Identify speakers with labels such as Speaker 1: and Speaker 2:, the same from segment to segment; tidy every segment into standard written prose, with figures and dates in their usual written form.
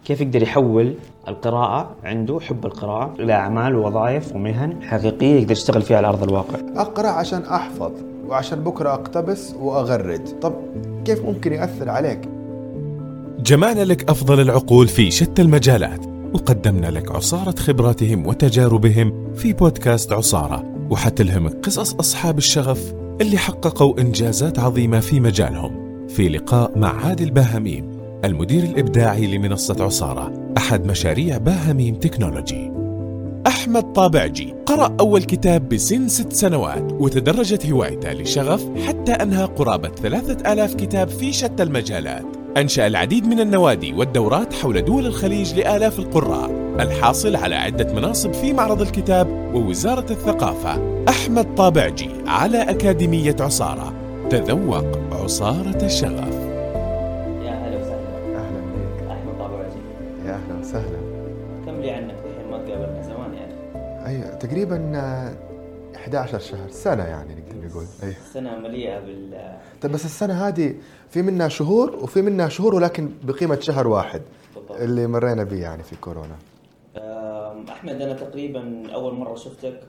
Speaker 1: كيف يقدر يحول القراءة عنده حب القراءة إلى أعمال ووظائف ومهن حقيقية يقدر يشتغل فيها على أرض الواقع.
Speaker 2: أقرأ عشان أحفظ وعشان بكرة أقتبس وأغرد. طب كيف ممكن يأثر عليك؟
Speaker 3: جمعنا لك أفضل العقول في شتى المجالات، وقدمنا لك عصارة خبراتهم وتجاربهم في بودكاست عصارة، وحتلهم قصص أصحاب الشغف اللي حققوا إنجازات عظيمة في مجالهم. في لقاء مع عادل باهميم، المدير الإبداعي لمنصة عصارة، أحد مشاريع باهميم تكنولوجي. أحمد طابعجي قرأ أول كتاب بسن 6 سنوات، وتدرجت هوايته لشغف حتى أنهى قرابة 3000 كتاب في شتى المجالات. أنشأ العديد من النوادي والدورات حول دول الخليج لآلاف القراء، الحاصل على عدة مناصب في معرض الكتاب ووزارة الثقافة. أحمد طابعجي على أكاديمية عصارة. تذوق عصارة الشغف.
Speaker 1: يا أهلا وسهلا.
Speaker 2: أهلا بك.
Speaker 1: أحمد طابعجي.
Speaker 2: يا أهلا وسهلا.
Speaker 1: كم لي عنك الحين ما تقابلنا زمان يعني؟
Speaker 2: أيوة تقريبا 11 شهر، سنة يعني نقدر نقول. أيوة.
Speaker 1: سنة مليئة
Speaker 2: طب بس السنة هذه في منها شهور وفي منها شهور ولكن بقيمة شهر واحد
Speaker 1: بالضبط.
Speaker 2: اللي مرينا به يعني في كورونا.
Speaker 1: أحمد، أنا تقريبا أول مرة شفتك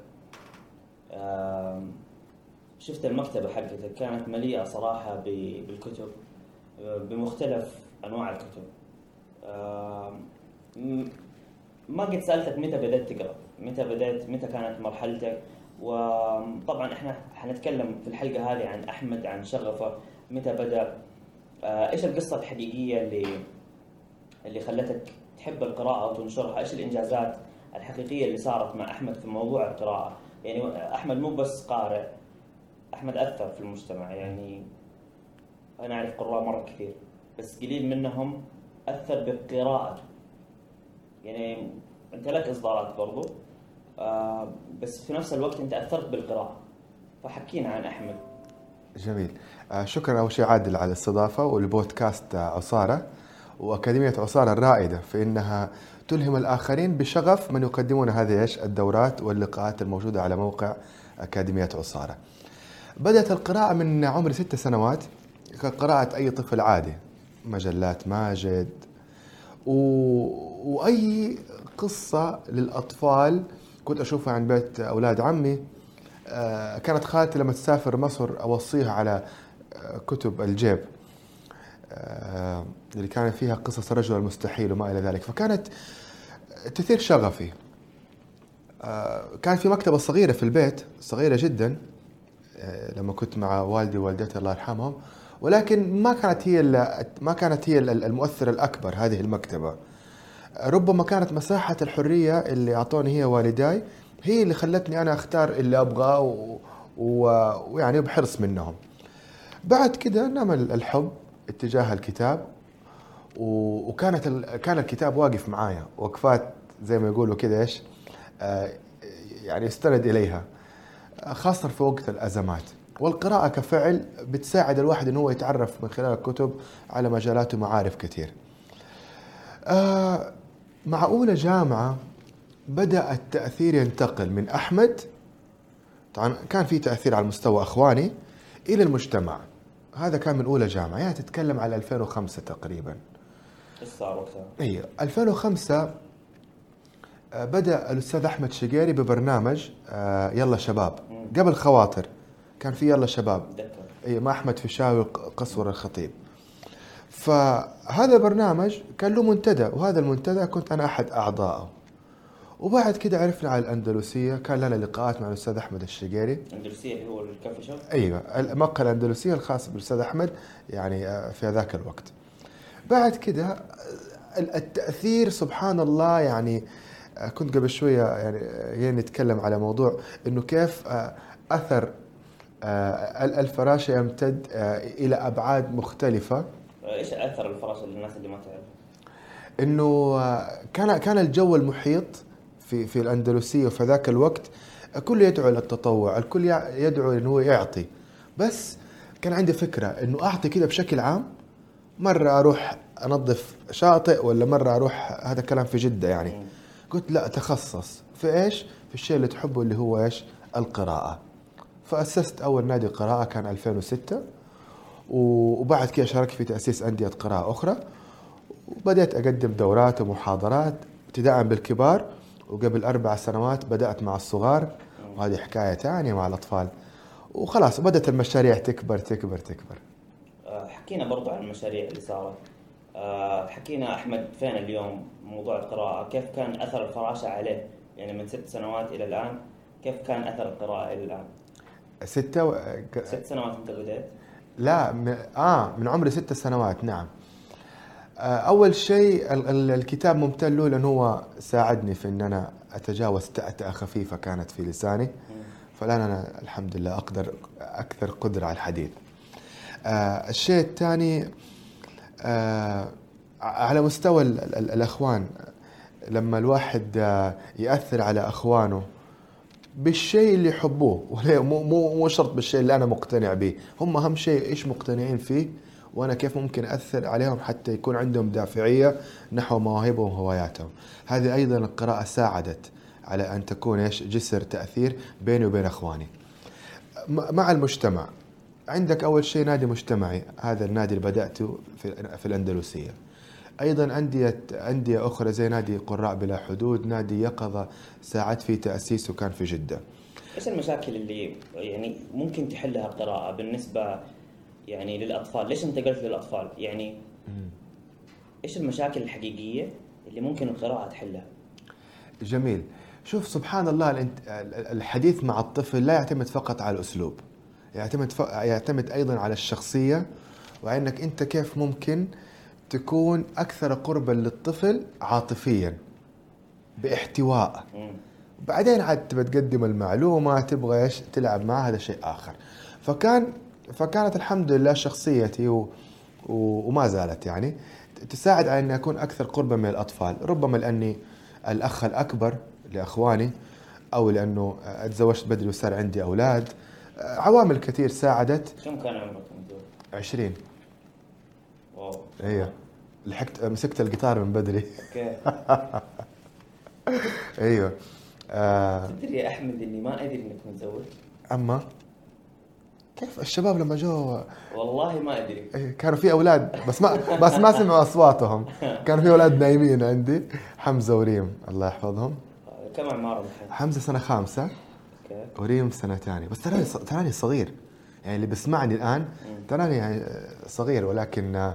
Speaker 1: شفت المكتبة حقتك، كانت مليئة صراحة بالكتب، بمختلف أنواع الكتب. ما قد سألتك متى بدأت تقرأ، متى كانت مرحلتك، وطبعا احنا حنتكلم في الحلقة هذه عن أحمد، عن شغفه، متى بدأ، ايش القصة الحقيقية اللي خلتك تحب القراءة وتنشرها، ايش الإنجازات الحقيقية اللي صارت مع أحمد في موضوع القراءة. يعني أحمد مو بس قارئ، أحمد أثر في المجتمع. يعني أنا أعرف قراء مرة كثير بس قليل منهم أثر بقراءته. يعني أنت لك إصدارات برضو، بس في نفس الوقت أنت أثرت بالقراءة، فحكينا عن أحمد.
Speaker 2: جميل. شكرا أول شيء عادل على الاستضافة والبودكاست عصارة وأكاديمية عصارة الرائدة في أنها تلهم الآخرين بشغف من يقدمون هذه الدورات واللقاءات الموجودة على موقع أكاديمية عصارة. بدأت القراءة من عمر 6 سنوات كقراءة أي طفل عادي، مجلات ماجد وأي قصة للأطفال كنت أشوفها عن بيت أولاد عمي. كانت خالتي لما تسافر مصر أوصيها على كتب الجيب اللي كانت فيها قصص الرجل المستحيل وما إلى ذلك، فكانت تثير شغفي. كان في مكتبة صغيرة في البيت، صغيرة جدا، لما كنت مع والدي ووالدتي الله يرحمهم، ولكن ما كانت هي المؤثر الأكبر هذه المكتبة. ربما كانت مساحة الحرية اللي أعطوني هي والداي هي اللي خلتني أنا أختار اللي أبغاه ويعني بحرص منهم. بعد كده نما الحب اتجاه الكتاب، كان الكتاب واقف معايا وقفات زي ما يقولوا كده إيش، يعني استند إليها، خاصة في وقت الأزمات. والقراءة كفعل بتساعد الواحد إنه هو يتعرف من خلال الكتب على مجالات ومعارف كثير. مع أولى جامعة بدأ التأثير ينتقل من أحمد، طبعا كان في تأثير على المستوى أخواني، إلى المجتمع. هذا كان من أولى جامعة، يعني تتكلم على 2005 تقريبا.
Speaker 1: إيش صار وقتها؟
Speaker 2: أي 2005 بدأ الأستاذ أحمد شقيري ببرنامج يلا شباب. قبل خواطر كان في يلا شباب، أي مع أحمد فيشاوي قصور الخطيب. فهذا البرنامج كان له منتدى، وهذا المنتدى كنت أنا أحد أعضائه. وبعد كده عرفنا على الأندلسية، كان لنا لقاءات مع الأستاذ أحمد الشقيري.
Speaker 1: الأندلسية اللي هو الكافي شوب؟
Speaker 2: أيوة، المقهى الأندلسية الخاص بالأستاذ أحمد يعني في ذاك الوقت. بعد كده التأثير سبحان الله، يعني كنت قبل شوية يعني نتكلم على موضوع إنه كيف أثر الفراشة يمتد إلى أبعاد مختلفة.
Speaker 1: إيش أثر الفراشة للناس اللي ما تعرف؟
Speaker 2: إنه كان الجو المحيط في الأندلسية وفي ذاك الوقت الكل يدعو للتطوع، الكل يدعو إنه هو يعطي، بس كان عندي فكرة إنه أعطي كده بشكل عام، مرة أروح أنظف شاطئ ولا مرة أروح، هذا كلام في جدة يعني. قلت لا، تخصص في إيش؟ في الشيء اللي تحبه اللي هو إيش؟ القراءة. فأسست أول نادي قراءة كان 2006، وبعد كده شاركت في تأسيس أندية قراءة أخرى، وبدأت أقدم دورات ومحاضرات ابتداء بالكبار، وقبل 4 سنوات بدأت مع الصغار، وهذه حكاية ثانية مع الأطفال. وخلاص بدأت المشاريع تكبر تكبر تكبر.
Speaker 1: حكينا برضو عن المشاريع اللي صارت. حكينا أحمد فين اليوم موضوع القراءة، كيف كان أثر الفراشة عليه يعني من 6 سنوات إلى الآن؟ كيف كان أثر القراءة إلى الآن؟
Speaker 2: 6
Speaker 1: سنوات أنت بدأت؟
Speaker 2: لا من عمري 6 سنوات. نعم. أول شيء الكتاب ممتن له لأنه هو ساعدني في أن أنا أتجاوز تأتأة خفيفة كانت في لساني، فالآن أنا الحمد لله أقدر أكثر قدرة على الحديث. الشيء الثاني على مستوى الأخوان، لما الواحد يأثر على أخوانه بالشيء اللي يحبوه، مو شرط بالشيء اللي أنا مقتنع به، هم أهم شيء إيش مقتنعين فيه، وأنا كيف ممكن أثر عليهم حتى يكون عندهم دافعية نحو مواهبهم وهواياتهم. هذه أيضا القراءة ساعدت على أن تكون إيش جسر تأثير بيني وبين أخواني. مع المجتمع، عندك أول شيء نادي مجتمعي، هذا النادي اللي بدأته في الأندلسية. أيضا أندية أخرى زي نادي قراء بلا حدود، نادي يقظة ساعدت في تأسيسه كان في جدة.
Speaker 1: إيش المشاكل اللي يعني ممكن تحلها القراءة بالنسبة يعني للأطفال؟ ليش أنت قلت للأطفال يعني؟ إيش المشاكل الحقيقية اللي ممكن القراءة تحلها؟
Speaker 2: جميل. شوف سبحان الله، الحديث مع الطفل لا يعتمد فقط على الأسلوب، يعتمد أيضا على الشخصية، وأنك أنت كيف ممكن تكون أكثر قربا للطفل عاطفيا باحتواء. بعدين عاد تبى تقدم المعلومة، تبغى إيش تلعب معه، هذا شيء آخر. فكانت الحمد لله شخصيتي وما زالت يعني تساعد على أن أكون أكثر قربا من الأطفال، ربما لأني الأخ الأكبر لأخواني، أو لأنه أتزوجت بدري وصار عندي أولاد. عوامل كثير ساعدت.
Speaker 1: كم كان عمرك أنت؟
Speaker 2: 20.
Speaker 1: واو.
Speaker 2: ايوه، مسكت القطار من بدري.
Speaker 1: اوكي.
Speaker 2: ايوه.
Speaker 1: تدري يا احمد اني ما ادري انك متزوج؟
Speaker 2: اما كيف الشباب لما جو
Speaker 1: والله ما ادري.
Speaker 2: كانوا في اولاد بس ما سمعوا اصواتهم. كانوا في اولاد نايمين عندي، حمزه وريم الله يحفظهم.
Speaker 1: كم اعمارهم الحين؟
Speaker 2: حمزه سنه 5.
Speaker 1: اوكي.
Speaker 2: وريم سنه 2. بس تراني صغير يعني، اللي بسمعني الان تراني يعني صغير، ولكن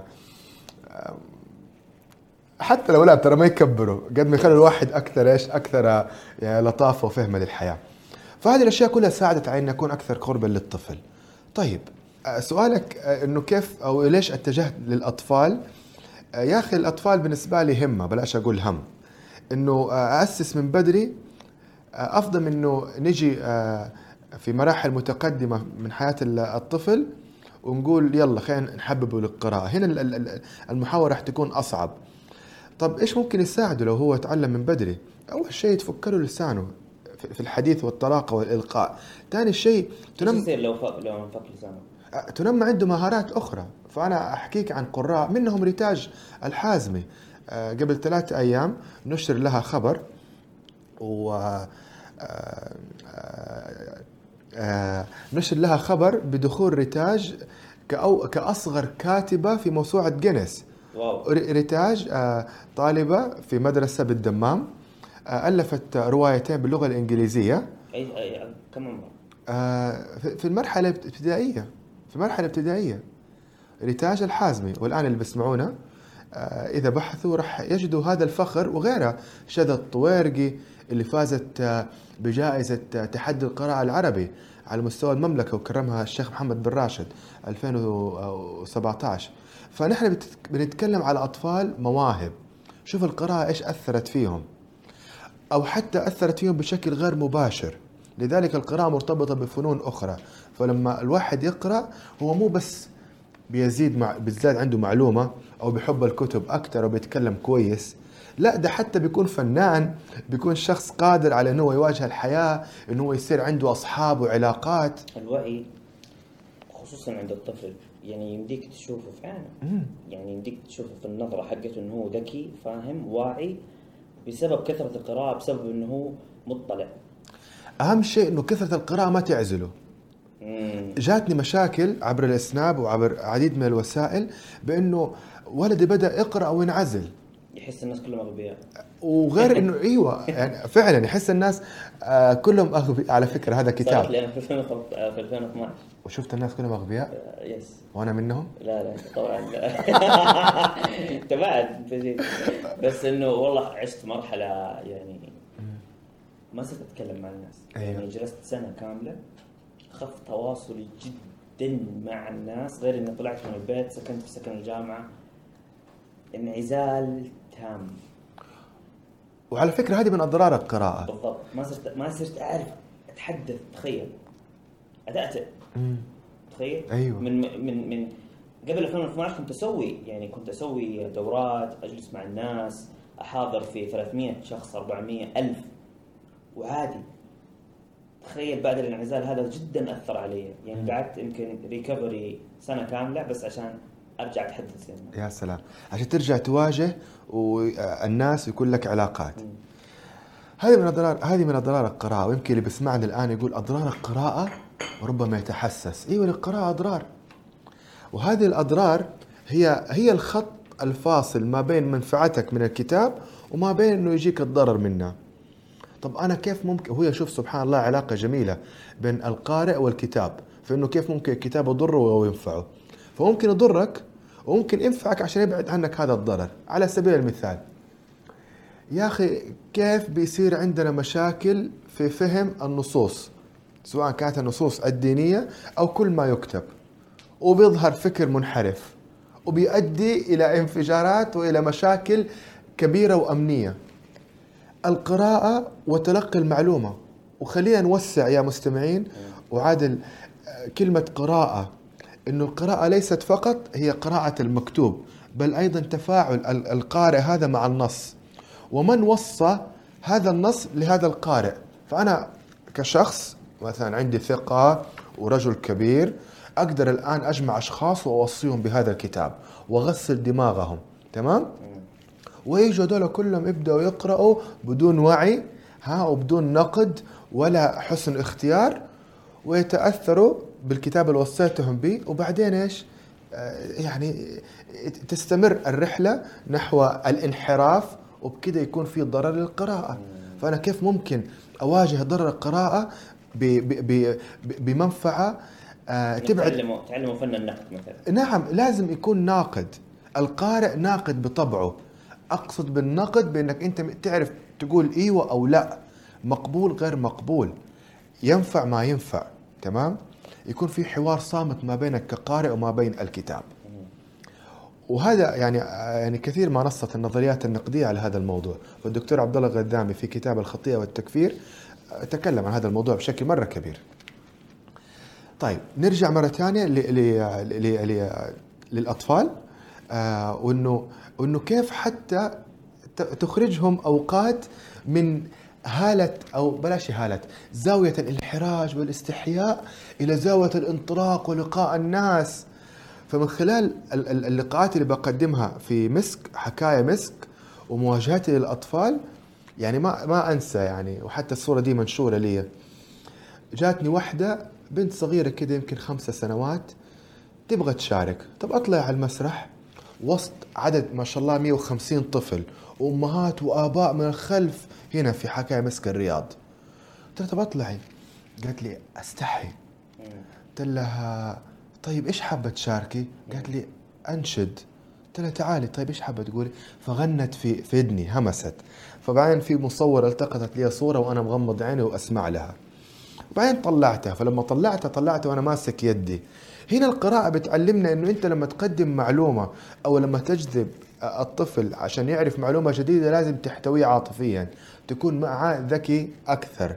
Speaker 2: حتى الأولاد ترى ما يكبروا قد ما يخلوا الواحد أكثر يعني لطافة وفهم للحياة. فهذه الأشياء كلها ساعدت على أن أكون أكثر قربا للطفل. طيب سؤالك إنه كيف أو ليش اتجهت للأطفال؟ يا أخي الأطفال بالنسبة لي همة، بلاش أقول هم، إنه أسس من بدري أفضل من إنه نجي في مراحل متقدمة من حياة الطفل ونقول يلا خلينا نحببه للقراءة. هنا المحاورة راح تكون أصعب. طب إيش ممكن يساعده لو هو يتعلم من بدري؟ أول شيء تفكره لسانه في الحديث والطلاقة والإلقاء. ثاني شيء
Speaker 1: يصير لو انفك لسانه
Speaker 2: تنمى عنده مهارات أخرى. فأنا أحكيك عن قراء منهم ريتاج الحازمي. قبل 3 أيام نشر لها خبر، نشر لها خبر بدخول ريتاج كأصغر كاتبة في موسوعة جينيس.
Speaker 1: واو.
Speaker 2: ريتاج طالبة في مدرسة بالدمام، ألفت روايتين باللغة الإنجليزية.
Speaker 1: أي كم عمرها؟
Speaker 2: في المرحلة الابتدائية. ريتاج الحازمي. والآن اللي بيسمعونا إذا بحثوا رح يجدوا هذا الفخر وغيرها. شذى الطويرقي اللي فازت بجائزة تحدي القراءة العربي على مستوى المملكة وكرمها الشيخ محمد بن راشد 2017. فنحن بنتكلم على أطفال مواهب. شوف القراءة إيش أثرت فيهم، أو حتى أثرت فيهم بشكل غير مباشر. لذلك القراءة مرتبطة بفنون أخرى. فلما الواحد يقرأ هو مو بس بيزداد عنده معلومة أو بيحب الكتب أكتر وبيتكلم كويس، لا ده حتى بيكون فنان، بيكون شخص قادر على أنه يواجه الحياة، أنه يصير عنده أصحاب وعلاقات.
Speaker 1: الوعي خصوصا عند الطفل يعني يمديك تشوفه فعلا، يعني يمديك تشوفه في النظرة حقته أنه هو ذكي فاهم واعي بسبب كثرة القراءة، بسبب أنه هو مطلع.
Speaker 2: أهم شيء أنه كثرة القراءة ما تعزله. جاتني مشاكل عبر الاسناب وعبر عديد من الوسائل بانه ولدي بدا يقرا وينعزل،
Speaker 1: يحس الناس كلهم اغبياء،
Speaker 2: وغير انه ايوه يعني فعلا يحس الناس كلهم اغبياء. على فكره هذا كتاب
Speaker 1: صارت لي انا في 2012
Speaker 2: وشفت الناس كلهم اغبياء
Speaker 1: يس،
Speaker 2: وانا منهم.
Speaker 1: لا طبعا لا. انت بعد انت جيت، بس انه والله عشت مرحله يعني ما صرت اتكلم مع الناس. يعني جلست سنه كامله خف تواصلي جدا مع الناس، غير اني طلعت من البيت، سكنت في سكن الجامعه، انعزال تام.
Speaker 2: وعلى فكره هذه من اضرار القراءه.
Speaker 1: بالضبط، ما صرت اعرف اتحدث. تخيل اتأتأ. تخيل.
Speaker 2: أيوة.
Speaker 1: من قبل 2012 كنت اسوي دورات، اجلس مع الناس، احاضر في 300 شخص 400 ألف وعادي. تخيل بعد الانعزال هذا جدا اثر علي. يعني قعدت يمكن ريكفري سنه كامله بس عشان ارجع اتحدث يعني.
Speaker 2: يا سلام، عشان ترجع تواجه والناس يكون لك علاقات. هذه من اضرار القراءه. ويمكن اللي بيسمعني الان يقول اضرار القراءه، وربما يتحسس. ايوه للقراءه اضرار، وهذه الاضرار هي الخط الفاصل ما بين منفعتك من الكتاب وما بين انه يجيك الضرر منه. طب انا كيف ممكن؟ هو شوف سبحان الله علاقه جميله بين القارئ والكتاب، فانه كيف ممكن الكتاب يضره وينفعه. فممكن يضرك وممكن ينفعك عشان يبعد عنك هذا الضرر. على سبيل المثال يا أخي، كيف بيصير عندنا مشاكل في فهم النصوص، سواء كانت النصوص الدينية أو كل ما يكتب، وبيظهر فكر منحرف وبيؤدي إلى انفجارات وإلى مشاكل كبيرة وأمنية. القراءة وتلقي المعلومة. وخلينا نوسع يا مستمعين وعادل كلمة قراءة، إنه القراءة ليست فقط هي قراءة المكتوب، بل أيضا تفاعل القارئ هذا مع النص، ومن وصى هذا النص لهذا القارئ. فأنا كشخص مثلا عندي ثقة ورجل كبير، أقدر الآن أجمع أشخاص وأوصيهم بهذا الكتاب وأغسل دماغهم، تمام؟ ويجوا دول كلهم يبدأوا يقرأوا بدون وعي وبدون نقد ولا حسن اختيار، ويتأثروا بالكتاب اللي وصيتهم به. وبعدين إيش؟ يعني تستمر الرحلة نحو الانحراف، وبكده يكون في ضرر للقراءة. فأنا كيف ممكن أواجه ضرر القراءة بمنفعة تبعد؟
Speaker 1: تعلموا فن النقد مثلا.
Speaker 2: نعم، لازم يكون ناقد. القارئ ناقد بطبعه. أقصد بالنقد بأنك أنت تعرف تقول إيوة أو لا، مقبول غير مقبول، ينفع ما ينفع، تمام؟ يكون في حوار صامت ما بينك كقارئ وما بين الكتاب. وهذا يعني كثير ما نصت النظريات النقدية على هذا الموضوع. والدكتور عبد الله الغذامي في كتاب الخطيئة والتكفير تكلم عن هذا الموضوع بشكل مرة كبير. طيب نرجع مرة ثانية للأطفال، وإنه كيف حتى تخرجهم أوقات من هالة، أو بلاش هالة، زاوية الانحراج والاستحياء إلى زاوية الانطلاق ولقاء الناس. فمن خلال اللقاءات اللي بقدمها في مسك، حكاية مسك، ومواجهتي للأطفال، يعني ما أنسى يعني، وحتى الصورة دي منشورة لي. جاتني واحدة بنت صغيرة كده يمكن 5 سنوات تبغى تشارك. طب أطلع على المسرح وسط عدد ما شاء الله 150 طفل وأمهات وآباء من الخلف هنا في حكاية مسك الرياض. قلت طب أطلعي. قالت لي أستحي. قلت لها طيب إيش حابة تشاركي؟ قالت لي أنشد. قلت لها تعالي طيب إيش حابة تقولي؟ فغنت في إذني، همست. فبعدين في مصور التقطت لي صورة وأنا مغمض عيني وأسمع لها. وبعدين طلعتها. فلما طلعتها وأنا ماسك يدي. هنا القراءة بتعلمنا إنه أنت لما تقدم معلومة أو لما تجذب الطفل عشان يعرف معلومة جديدة لازم تحتويه عاطفيا، تكون معه ذكي أكثر.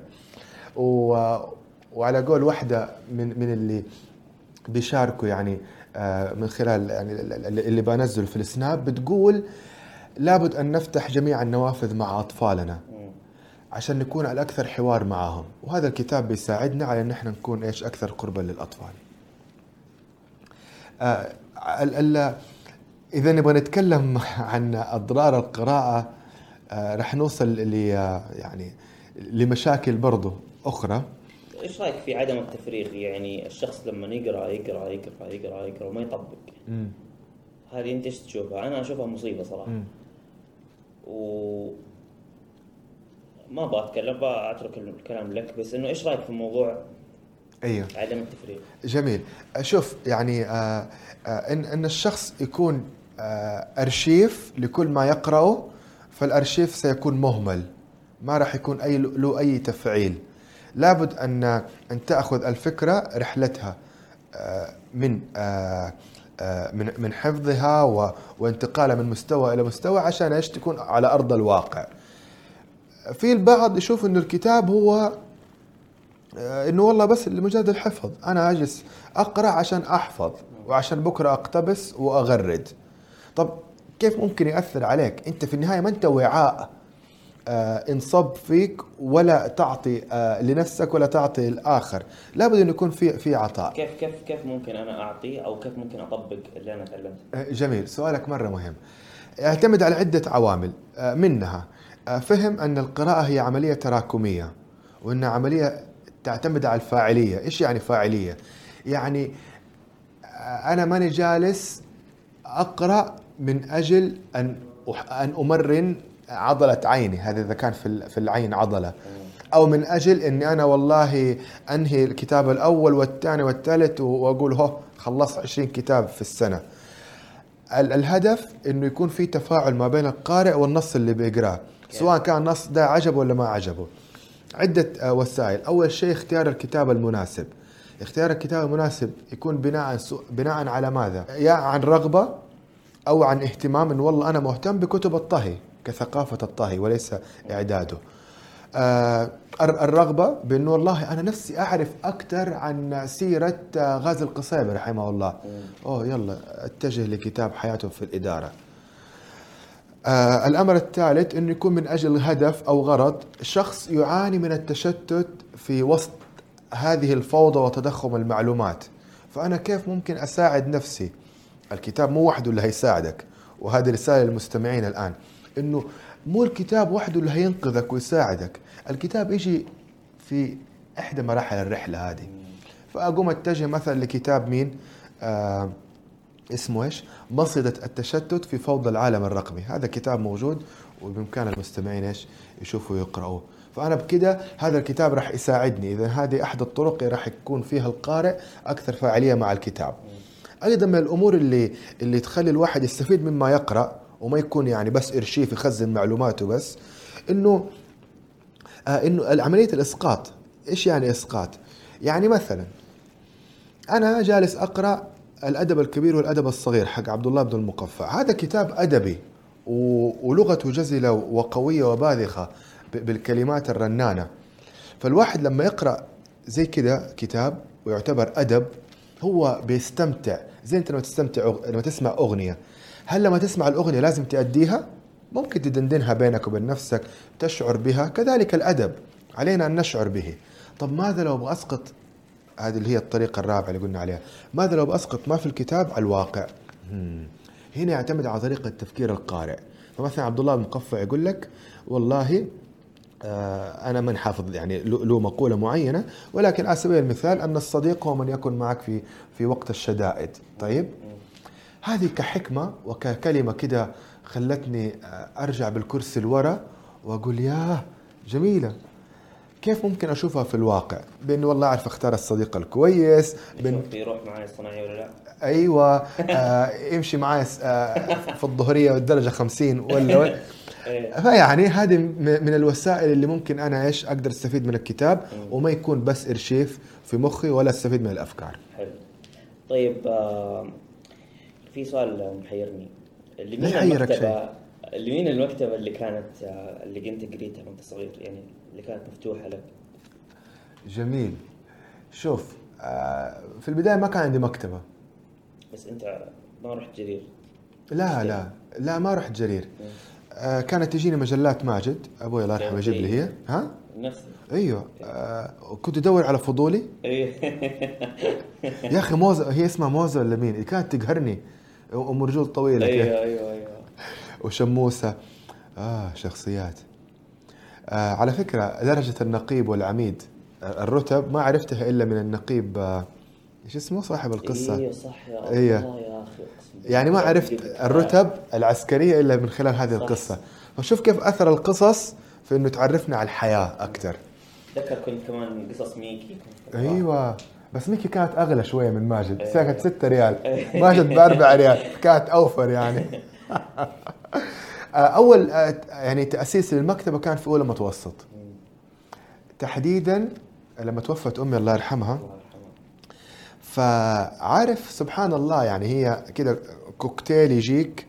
Speaker 2: وعلى قول واحدة من اللي بيشاركوا يعني من خلال يعني اللي بنزله في السناب، بتقول لابد أن نفتح جميع النوافذ مع أطفالنا عشان نكون على أكثر حوار معهم. وهذا الكتاب بيساعدنا على أن احنا نكون أكثر قربا للأطفال. إذا نبغى نتكلم عن أضرار القراءة رح نوصل يعني لمشاكل برضو أخرى.
Speaker 1: إيش رأيك في عدم التفريغ؟ يعني الشخص لما يقرأ يقرأ يقرأ يقرأ يقرأ وما يطبق، هذه أنت إيش تشوفها؟ أنا أشوفها مصيبة صراحة. وما أبغى أتكلم، أترك الكلام لك، بس إنه إيش رأيك في الموضوع؟
Speaker 2: أيوه
Speaker 1: عدم التفريغ.
Speaker 2: جميل. شوف يعني إن الشخص يكون أرشيف لكل ما يقرأه، فالأرشيف سيكون مهمل، ما راح يكون له أي تفعيل. لابد أن تأخذ الفكرة رحلتها من حفظها وانتقالها من مستوى إلى مستوى عشان إيش تكون على أرض الواقع. في البعض يشوف إنه الكتاب هو إنه والله بس لمجرد الحفظ، أنا أجلس أقرأ عشان أحفظ وعشان بكرة أقتبس وأغرد. طب كيف ممكن يأثر عليك؟ أنت في النهاية ما أنت وعاء انصب فيك، ولا تعطي لنفسك ولا تعطي الآخر. لابد أن يكون في عطاء.
Speaker 1: كيف ممكن أنا أعطي أو كيف ممكن أطبق اللي أنا تعلمته؟
Speaker 2: جميل، سؤالك مرة مهم. يعتمد على عدة عوامل، منها فهم أن القراءة هي عملية تراكمية، وأن عملية تعتمد على الفاعلية. إيش يعني فاعلية؟ يعني أنا ماني جالس أقرأ من أجل أن أمرن عضلة عيني، هذا إذا كان في العين عضلة، أو من أجل أني أنا والله أنهي الكتاب الأول والثاني والثالث وأقول هو خلص 20 كتاب في السنة. الهدف أنه يكون في تفاعل ما بين القارئ والنص اللي بيقراه، سواء كان النص ده عجبه ولا ما عجبه. عدة وسائل. أول شيء اختيار الكتاب المناسب. اختيار الكتاب المناسب يكون بناء على ماذا؟ يا عن رغبة أو عن اهتمام، إن والله أنا مهتم بكتب الطهي كثقافة الطهي وليس إعداده. الرغبة بأنه والله أنا نفسي أعرف أكثر عن سيرة غازي القصيبي رحمه الله، يلا اتجه لكتاب حياته في الإدارة. الأمر الثالث أنه يكون من أجل هدف أو غرض. شخص يعاني من التشتت في وسط هذه الفوضى وتضخم المعلومات، فأنا كيف ممكن أساعد نفسي؟ الكتاب مو وحده اللي هيساعدك، وهذه رسالة للمستمعين الآن، إنه مو الكتاب وحده اللي هينقذك ويساعدك، الكتاب يجي في إحدى مراحل الرحلة هذه. فأقوم أتجه مثلا لكتاب مين؟ اسمه إيش؟ مصيدة التشتت في فوضى العالم الرقمي. هذا كتاب موجود وبإمكان المستمعين إيش يشوفوا ويقرأوه. فأنا بكده هذا الكتاب راح يساعدني، إذا هذه أحد الطرق راح يكون فيها القارئ أكثر فاعلية مع الكتاب. أيضا من الأمور اللي تخلي الواحد يستفيد مما يقرأ وما يكون يعني بس إرشيف يخزن معلوماته بس، إنه عملية الإسقاط. إيش يعني إسقاط؟ يعني مثلا أنا جالس أقرأ الأدب الكبير والأدب الصغير حق عبد الله بن المقفع. هذا كتاب أدبي ولغته جزلة وقوية وباذخة بالكلمات الرنانة. فالواحد لما يقرأ زي كده كتاب ويعتبر أدب، هو بيستمتع. زي أنت لما تسمع أغنية، هل لما تسمع الأغنية لازم تأديها؟ ممكن تدندنها بينك وبين نفسك، تشعر بها. كذلك الأدب علينا أن نشعر به. طب ماذا لو بأسقط؟ هذه اللي هي الطريقة الرابعة اللي قلنا عليها. ماذا لو بأسقط ما في الكتاب على الواقع؟ هنا يعتمد على طريقة تفكير القارئ. فمثلا عبد الله المقفع يقول لك والله أنا من حافظ يعني له مقولة معينة، ولكن على سبيل المثال أن الصديق هو من يكون معك في وقت الشدائد. طيب هذه كحكمة وككلمة كده خلتني أرجع بالكرسي الورا وأقول ياه جميلة. كيف ممكن أشوفها في الواقع؟ بأنه والله أعرف أختار الصديق الكويس،
Speaker 1: يروح معي الصناعي ولا لا؟
Speaker 2: أيوة يمشي معي في الظهرية والدرجة 50 ولا فيعني هذه من الوسائل اللي ممكن أنا إيش أقدر أستفيد من الكتاب وما يكون بس إرشيف في مخي ولا أستفيد من الأفكار.
Speaker 1: حلو. طيب في سؤال محيرني. اللي مين المكتبة اللي كنت قريتها وانت صغير، يعني اللي كانت مفتوحة لك؟
Speaker 2: جميل. شوف في البداية ما كان عندي مكتبة.
Speaker 1: بس انت ما رحت جرير؟
Speaker 2: لا ما رحت جرير. كانت تجيني مجلات ماجد، أبوي الله يرحمه يجيب لي هي. ها؟
Speaker 1: نفسي.
Speaker 2: أيوة. كنت أدور على فضولي. يا أخي موزة، هي اسمها موزة ولا مين؟ كانت تقهرني، أم رجول طويلة.
Speaker 1: أيوة.
Speaker 2: وشموسة. شخصيات. على فكرة درجة النقيب والعميد الرتب ما عرفتها إلا من النقيب إيش اسمه صاحب القصة.
Speaker 1: إيه صح يا
Speaker 2: إيه.
Speaker 1: الله يا أخي، أقسم بالله.
Speaker 2: يعني ما عرفت الرتب العسكرية إلا من خلال هذه
Speaker 1: صح.
Speaker 2: القصة. فشوف كيف أثر القصص في إنه تعرفنا على الحياة أكتر.
Speaker 1: ذكر كنت كمان قصص ميكي.
Speaker 2: أيوة، بس ميكي كانت أغلى شوية من ماجد، كانت 6 ريال، ماجد ب4 ريال، كانت أوفر يعني. أول يعني تأسيس للمكتبة كان في أولى متوسط تحديدا لما توفت أمي الله يرحمها. فعارف سبحان الله، يعني هي كده كوكتيل يجيك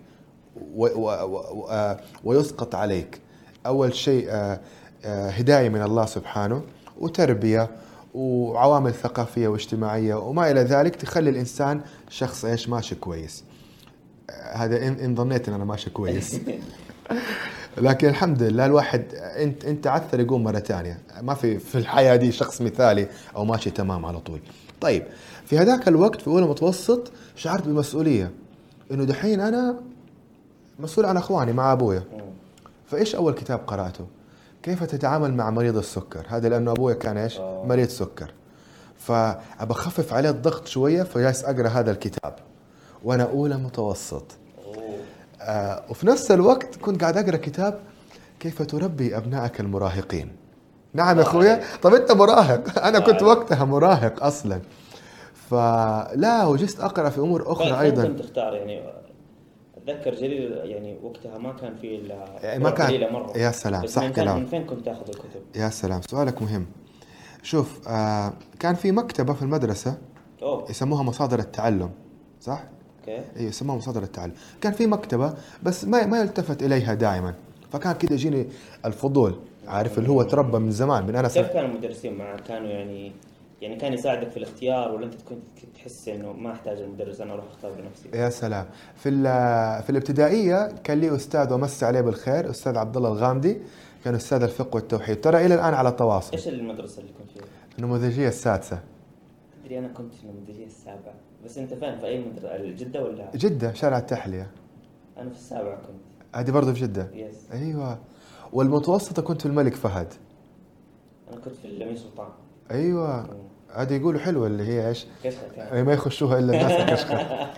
Speaker 2: ويسقط عليك. أول شيء هداية من الله سبحانه، وتربية، وعوامل ثقافية واجتماعية وما إلى ذلك تخلي الإنسان شخص إيش ماشي كويس. هذا إن ظنيت إن أنا ماشي كويس. لكن الحمد لله الواحد انت عثر يقوم مرة ثانية. ما في الحياة دي شخص مثالي أو ماشي تمام على طول. طيب في هذاك الوقت في أولى متوسط شعرت بمسؤولية، إنه دحين أنا مسؤول عن أخواني مع أبويا. فإيش أول كتاب قرأته؟ كيف تتعامل مع مريض السكر. هذا لأنه أبويا كان إيش مريض سكر، فأبى أخفف عليه الضغط شوية، فجالس أقرأ هذا الكتاب وأنا أولى متوسط. وفي نفس الوقت كنت قاعد أقرأ كتاب كيف تربي أبنائك المراهقين. نعم يا أخويا، طب أنت مراهق، أنا كنت وقتها مراهق أصلا. فلا وجست أقرأ في أمور أخرى أيضا.
Speaker 1: كنت تختار يعني أتذكر جليل يعني وقتها ما كان في
Speaker 2: يعني ما كان
Speaker 1: مرة.
Speaker 2: يا سلام صح كلام.
Speaker 1: من فين كنت تأخذ الكتب؟
Speaker 2: يا سلام سؤالك مهم. شوف كان في مكتبة في المدرسة يسموها مصادر التعلم، صح؟
Speaker 1: اوكي.
Speaker 2: ايوه يسموها مصادر التعلم. كان في مكتبة بس ما يلتفت إليها دائما، فكان كده يجيني الفضول، عارف اللي هو تربى من زمان من أنا
Speaker 1: كيف كانوا المدرسين معك؟ كانوا يعني كان يساعدك في الاختيار، ولا أنت كنت تحس إنه ما أحتاج المدرس أنا أروح أختار بنفسي؟
Speaker 2: يا سلام. في الابتدائية كان لي أستاذ ومسي عليه بالخير، أستاذ عبد الله الغامدي، كان أستاذ الفقه والتوحيد، ترى إلى الآن على تواصل.
Speaker 1: إيش المدرسة اللي كنت فيها؟
Speaker 2: النموذجية السادسة.
Speaker 1: أدري أنا كنت في النموذجية السابعة، بس أنت فين في أي مدرسة؟ جدة ولا؟
Speaker 2: جدة شارع التحلية.
Speaker 1: أنا في السابعة كنت.
Speaker 2: هذه برضه في جدة.
Speaker 1: يس.
Speaker 2: أيوة. والمتوسطة كنت في الملك فهد.
Speaker 1: أنا كنت في الأمير سلطان.
Speaker 2: أيوة. هذه يقولوا حلوة اللي هي إيش؟
Speaker 1: كشخة.
Speaker 2: ما يخشوها إلا الناس الكشخة.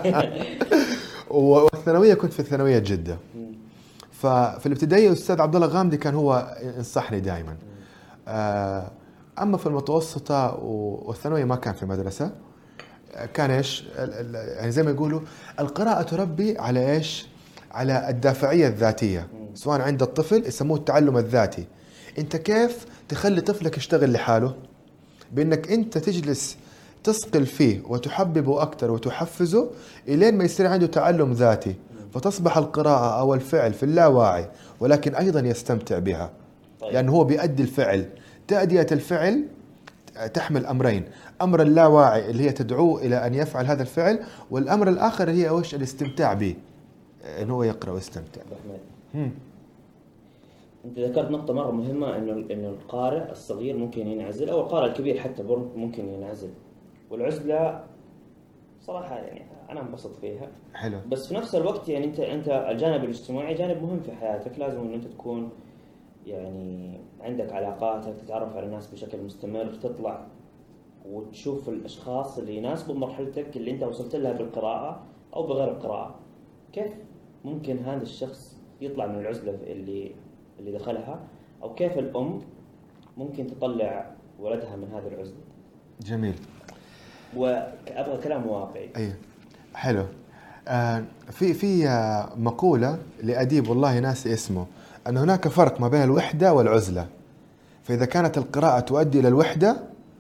Speaker 2: والثانوية كنت في الثانوية جدة. ففي الابتدائية الأستاذ عبد الله غامدي كان هو ينصحني دائما. أما في المتوسطة والثانوية ما كان في مدرسة. كان إيش يعني زي ما يقولوا القراءة تربي على إيش؟ على الدافعية الذاتية، سواء عند الطفل يسموه التعلم الذاتي. أنت كيف تخلي طفلك يشتغل لحاله؟ بأنك أنت تجلس تثقل فيه وتحببه أكثر وتحفزه إلين ما يصير عنده تعلم ذاتي، فتصبح القراءة أو الفعل في اللاواعي ولكن أيضا يستمتع بها. لأنه هو بيؤدي الفعل. تأدية الفعل تحمل أمرين، أمر اللاواعي اللي هي تدعوه إلى أن يفعل هذا الفعل، والأمر الآخر هي وش الاستمتاع به، إنه هو يقرأ ويستمتع.
Speaker 1: أنت ذكرت نقطة مرة مهمة، إنه القارئ الصغير ممكن ينعزل، أو القارئ الكبير حتى ممكن ينعزل، والعزلة صراحة يعني أنا انبسط فيها.
Speaker 2: حلو.
Speaker 1: بس في نفس الوقت يعني أنت الجانب الاجتماعي جانب مهم في حياتك، لازم إن أنت تكون يعني عندك علاقاتك، تتعرف على الناس بشكل مستمر، تطلع وتشوف الأشخاص اللي يناسبوا مرحلتك اللي أنت وصلت لها بالقراءة أو بغير القراءة. كيف ممكن هذا الشخص يطلع من العزلة اللي دخلها، أو كيف الأم ممكن تطلع ولدها من هذه العزلة؟
Speaker 2: جميل.
Speaker 1: وأبغى كلام واقعي.
Speaker 2: أيه حلو. في مقولة لأديب والله ناسي اسمه، أن هناك فرق ما بين الوحدة والعزلة. فإذا كانت القراءة تؤدي إلى الوحدة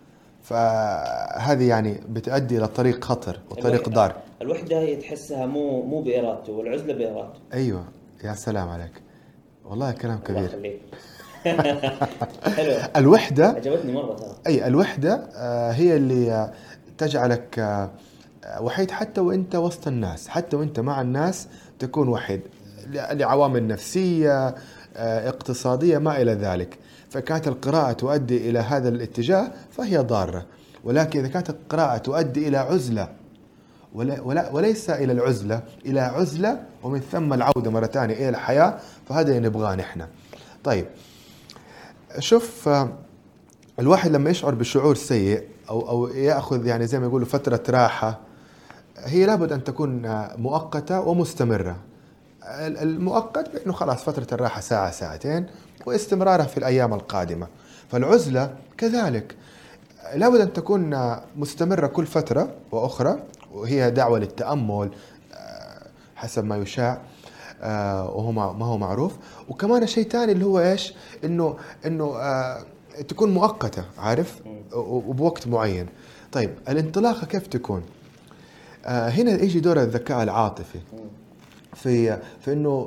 Speaker 2: فهذه يعني بتؤدي إلى طريق خطر وطريق ضار.
Speaker 1: الوحدة هي تحسها مو بإرادته، والعزلة بإرادته.
Speaker 2: أيوة يا سلام عليك، والله كلام كبير.
Speaker 1: حلو.
Speaker 2: الوحدة
Speaker 1: عجبتني مرة ترى.
Speaker 2: أي الوحدة هي اللي تجعلك وحيد، حتى وانت وسط الناس، حتى وانت مع الناس تكون وحيد لعوامل نفسية اقتصادية ما إلى ذلك. فكانت القراءة تؤدي إلى هذا الاتجاه فهي ضارة، ولكن إذا كانت القراءة تؤدي إلى عزلة وليس إلى العزلة، إلى عزلة ومن ثم العودة مرة ثانية إلى الحياة، فهذا اللي نبغاه نحن. طيب شوف الواحد لما يشعر بشعور سيء أو يأخذ يعني زي ما يقولوا فترة راحة، هي لابد أن تكون مؤقتة ومستمرة. المؤقت بأنه خلاص فترة الراحة ساعة ساعتين، واستمرارها في الأيام القادمة. فالعزلة كذلك لابد أن تكون مستمرة كل فترة وأخرى، وهي دعوة للتأمل حسب ما يشاع وهو ما هو معروف. وكمان شيء ثاني اللي هو إيش، إنه تكون مؤقتة، عارف، وبوقت معين. طيب الانطلاقة كيف تكون؟ هنا يجي دور الذكاء العاطفي في إنه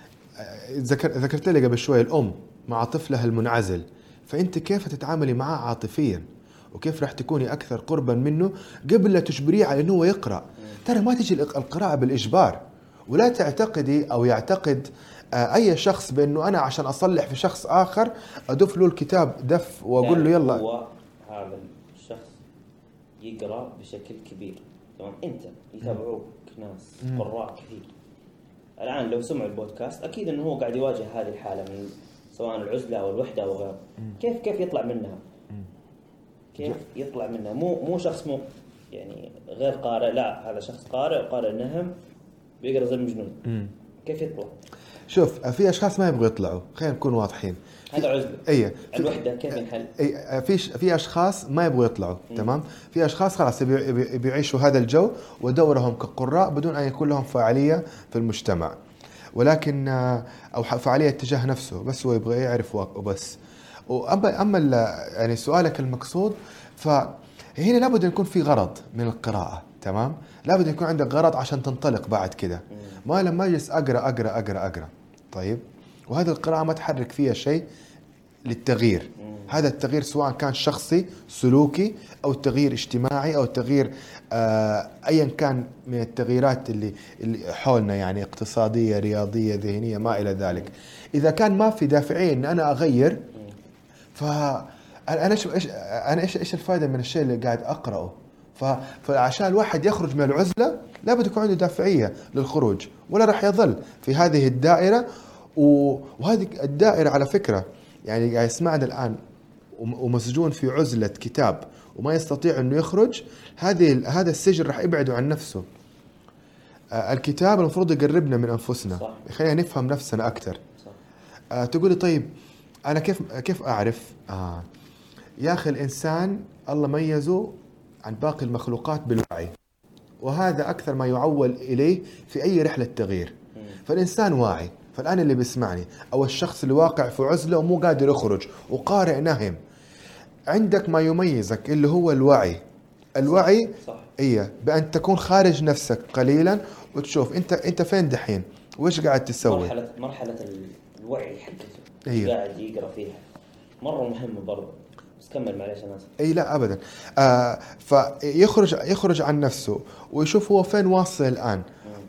Speaker 2: ذكرت لي قبل شوي الأم مع طفلها المنعزل، فأنت كيف تتعاملي معه عاطفيا، وكيف راح تكوني أكثر قربا منه قبل لا تجبريه على إنه يقرأ. ترى ما تجي القراءة بالإجبار، ولا تعتقدي أو يعتقد أي شخص بأنه أنا عشان أصلح في شخص آخر أدف له الكتاب دف وأقول له يلا.
Speaker 1: هو هذا الشخص يقرأ بشكل كبير، تمام، أنت يتابعوك ناس قراء كثير الآن، لو سمعوا البودكاست أكيد إنه هو قاعد يواجه هذه الحالة من سواء العزلة أو الوحدة أو غيره. كيف يطلع منها؟ كيف يطلع منها؟ مو شخص مو يعني غير قارئ، لا هذا شخص قارئ نهم بيقرأ زي المجنون. كيف يطلع؟
Speaker 2: شوف، في أشخاص ما يبغوا يطلعوا، خلينا نكون واضحين.
Speaker 1: هذا عزلة.
Speaker 2: أيه.
Speaker 1: الوحدة كيف ينحل؟
Speaker 2: في أشخاص ما يبغوا يطلعوا، تمام. في أشخاص خلاص بيعيشوا هذا الجو ودورهم كقراء بدون أن يكون لهم فاعلية في المجتمع، ولكن أو فعالية تجاه نفسه، بس هو يبغى يعرف وبس. أما يعني سؤالك المقصود، فهنا لابد أن يكون في غرض من القراءة، تمام. لابد أن يكون عندك غرض عشان تنطلق بعد كده، ما لما أجلس أقرأ. طيب، وهذا القراءة ما تحرك فيها شيء للتغيير. هذا التغيير سواء كان شخصي سلوكي أو تغيير اجتماعي أو تغيير أيا كان من التغييرات اللي حولنا، يعني اقتصادية رياضية ذهنية ما إلى ذلك. إذا كان ما في دافعية إن أنا أغير، فأنا إيش الفائدة من الشيء اللي قاعد أقرأه؟ فعشان الواحد يخرج من العزلة لابد يكون عنده دافعية للخروج، ولا راح يظل في هذه الدائرة. وهذه الدائرة على فكرة يعني يسمعنا الآن ومسجون في عزلة كتاب وما يستطيع أنه يخرج، هذا السجن راح يبعده عن نفسه. الكتاب المفروض يقربنا من أنفسنا، يخلينا نفهم نفسنا أكثر. تقولي طيب أنا كيف أعرف؟ يا أخي الإنسان الله ميزه عن باقي المخلوقات بالوعي، وهذا أكثر ما يعول إليه في أي رحلة تغيير. فالإنسان واعي. فالآن اللي بيسمعني أو الشخص اللي واقع في عزلة ومو قادر يخرج وقارئ نهم، عندك ما يميزك اللي هو الوعي.
Speaker 1: صح.
Speaker 2: إيه، بأن تكون خارج نفسك قليلا وتشوف أنت فين دحين وإيش قاعد تسوي.
Speaker 1: مرحلة الوعي حقته
Speaker 2: إيه.
Speaker 1: قاعد يقرأ فيها مرة مهمة برضه. بس كمل معليش أنا آسف.
Speaker 2: أي لا أبدا. فيخرج عن نفسه ويشوف هو فين واصل الآن.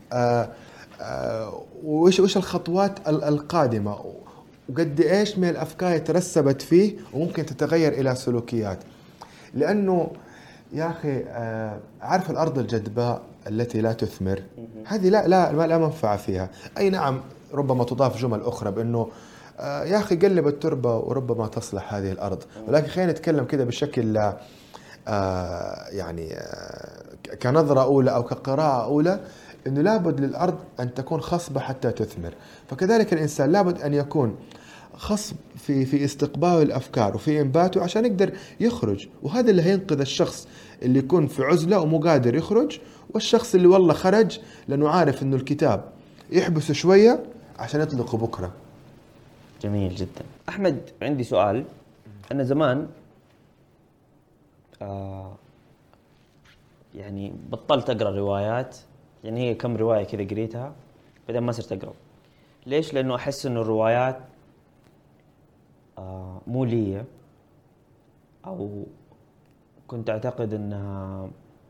Speaker 2: وإيش الخطوات القادمة، وقد إيش من الأفكار ترسبت فيه وممكن تتغير إلى سلوكيات. لأنه يا أخي عارف الأرض الجدباء التي لا تثمر، هذه لا منفعة فيها. أي نعم، ربما تضاف جمل أخرى بأنه يا أخي قلب التربة وربما تصلح هذه الأرض، ولكن خلينا نتكلم كده بشكل يعني كنظرة أولى أو كقراءة أولى، إنه لابد للأرض أن تكون خصبة حتى تثمر. فكذلك الإنسان لابد أن يكون خصب في استقبال الأفكار وفي إنباته عشان يقدر يخرج. وهذا اللي هينقذ الشخص اللي يكون في عزلة ومو قادر يخرج، والشخص اللي والله خرج لأنه عارف إنه الكتاب يحبسه شوية عشان يطلقه بكرة.
Speaker 1: جميل جدا. أحمد، عندي سؤال. أنا زمان يعني بطلت أقرأ روايات، يعني هي كم رواية كذا قريتها بعدين ما صرت أقرأ. ليش؟ لأنه أحس إنه الروايات مو لي، أو كنت أعتقد إنها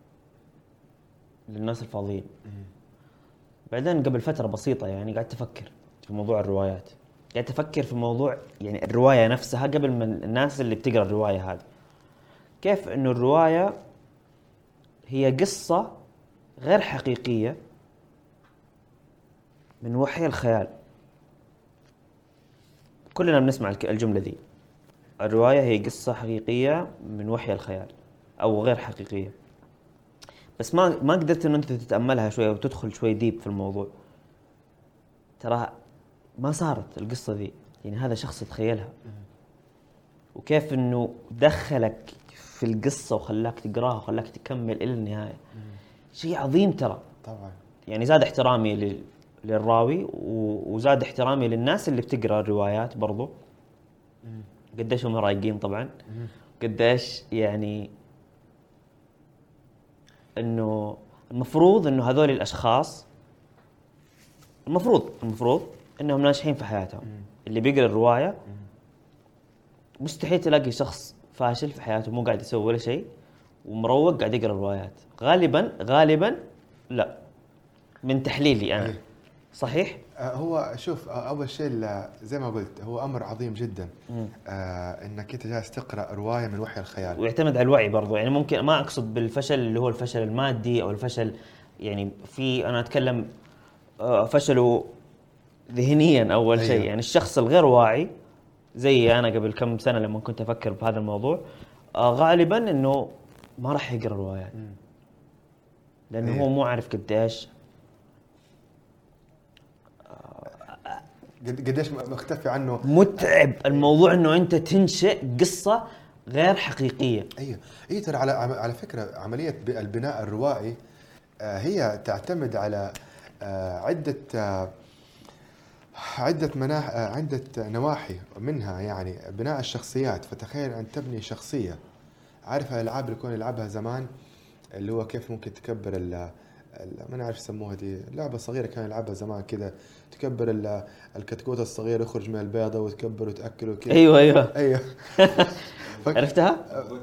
Speaker 1: للناس الفاضيين. بعدين قبل فترة بسيطة يعني قعدت أفكر في موضوع الروايات، قعدت أفكر في موضوع يعني الرواية نفسها قبل من الناس اللي بتقرأ الرواية هذه. كيف إنه الرواية هي قصة غير حقيقية من وحي الخيال. كلنا بنسمع الجملة دي، الرواية هي قصة حقيقية من وحي الخيال أو غير حقيقية، بس ما قدرت إنه أنت تتأملها شوية وتدخل شوي ديب في الموضوع. ترى ما صارت القصة ذي، يعني هذا شخص يتخيلها، وكيف إنه دخلك في القصة وخلاك تقراها وخلاك تكمل إلى النهاية. شيء عظيم ترى.
Speaker 2: طبعا
Speaker 1: يعني زاد احترامي للراوي وزاد احترامي للناس اللي بتقرأ الروايات برضو. قديش هم رايقين طبعا، قديش يعني انه المفروض انه هذول الاشخاص المفروض انهم ناجحين في حياتهم. اللي بيقرأ الرواية مستحيل تلاقي شخص فاشل في حياته مو قاعد يسوي ولا شيء ومروق قاعد يقرأ الروايات. غالبا لا، من تحليلي انا. صحيح.
Speaker 2: هو شوف، اول شيء زي ما قلت هو امر عظيم جدا انك انت جالس تقرا روايه من وحي الخيال،
Speaker 1: ويعتمد على الوعي برضو. يعني ممكن ما اقصد بالفشل اللي هو الفشل المادي او الفشل، يعني انا اتكلم فشله ذهنيا اول
Speaker 2: أيوه.
Speaker 1: شيء. يعني الشخص الغير واعي زي انا قبل كم سنه لما كنت افكر بهذا الموضوع، غالبا انه ما راح يقرا روايات لانه
Speaker 2: أيوه.
Speaker 1: هو مو عارف قديش
Speaker 2: مختفي عنه،
Speaker 1: متعب الموضوع انه انت تنشئ قصه غير حقيقيه.
Speaker 2: ايوه ترى على فكره عمليه البناء الروائي هي تعتمد على عده نواحي منها، يعني بناء الشخصيات. فتخيل ان تبني شخصيه، عارف الالعاب اللي كنا نلعبها زمان اللي هو كيف ممكن تكبر ما نعرف يسموها دي، لعبة صغيرة كان يلعبها زمان كذا، تكبر الكتكوت الصغير يخرج من البيضة وتكبر وتأكل وكذا.
Speaker 1: ايوه عرفتها؟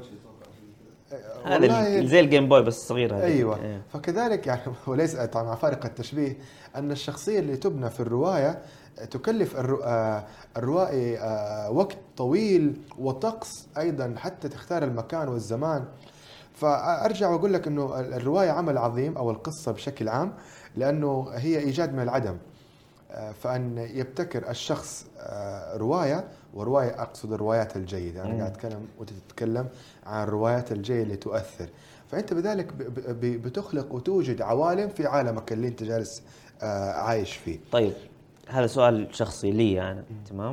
Speaker 1: هذا زي الجيم بوي بس صغير هذا.
Speaker 2: ايوه فكذلك يعني، وليس طبعا مع فارق التشبيه، ان الشخصية اللي تبنى في الرواية تكلف الروائي وقت طويل وطقس ايضا حتى تختار المكان والزمان. فأرجع وأقول لك أنه الرواية عمل عظيم، أو القصة بشكل عام، لأنه هي إيجاد من العدم. فأن يبتكر الشخص رواية، ورواية أقصد الروايات الجيدة، أنا قاعد أتكلم وتتكلم عن الروايات الجيدة اللي تؤثر. فأنت بذلك بتخلق وتوجد عوالم في عالمك اللي أنت جالس عايش فيه.
Speaker 1: طيب هذا سؤال شخصي لي أنا. تمام،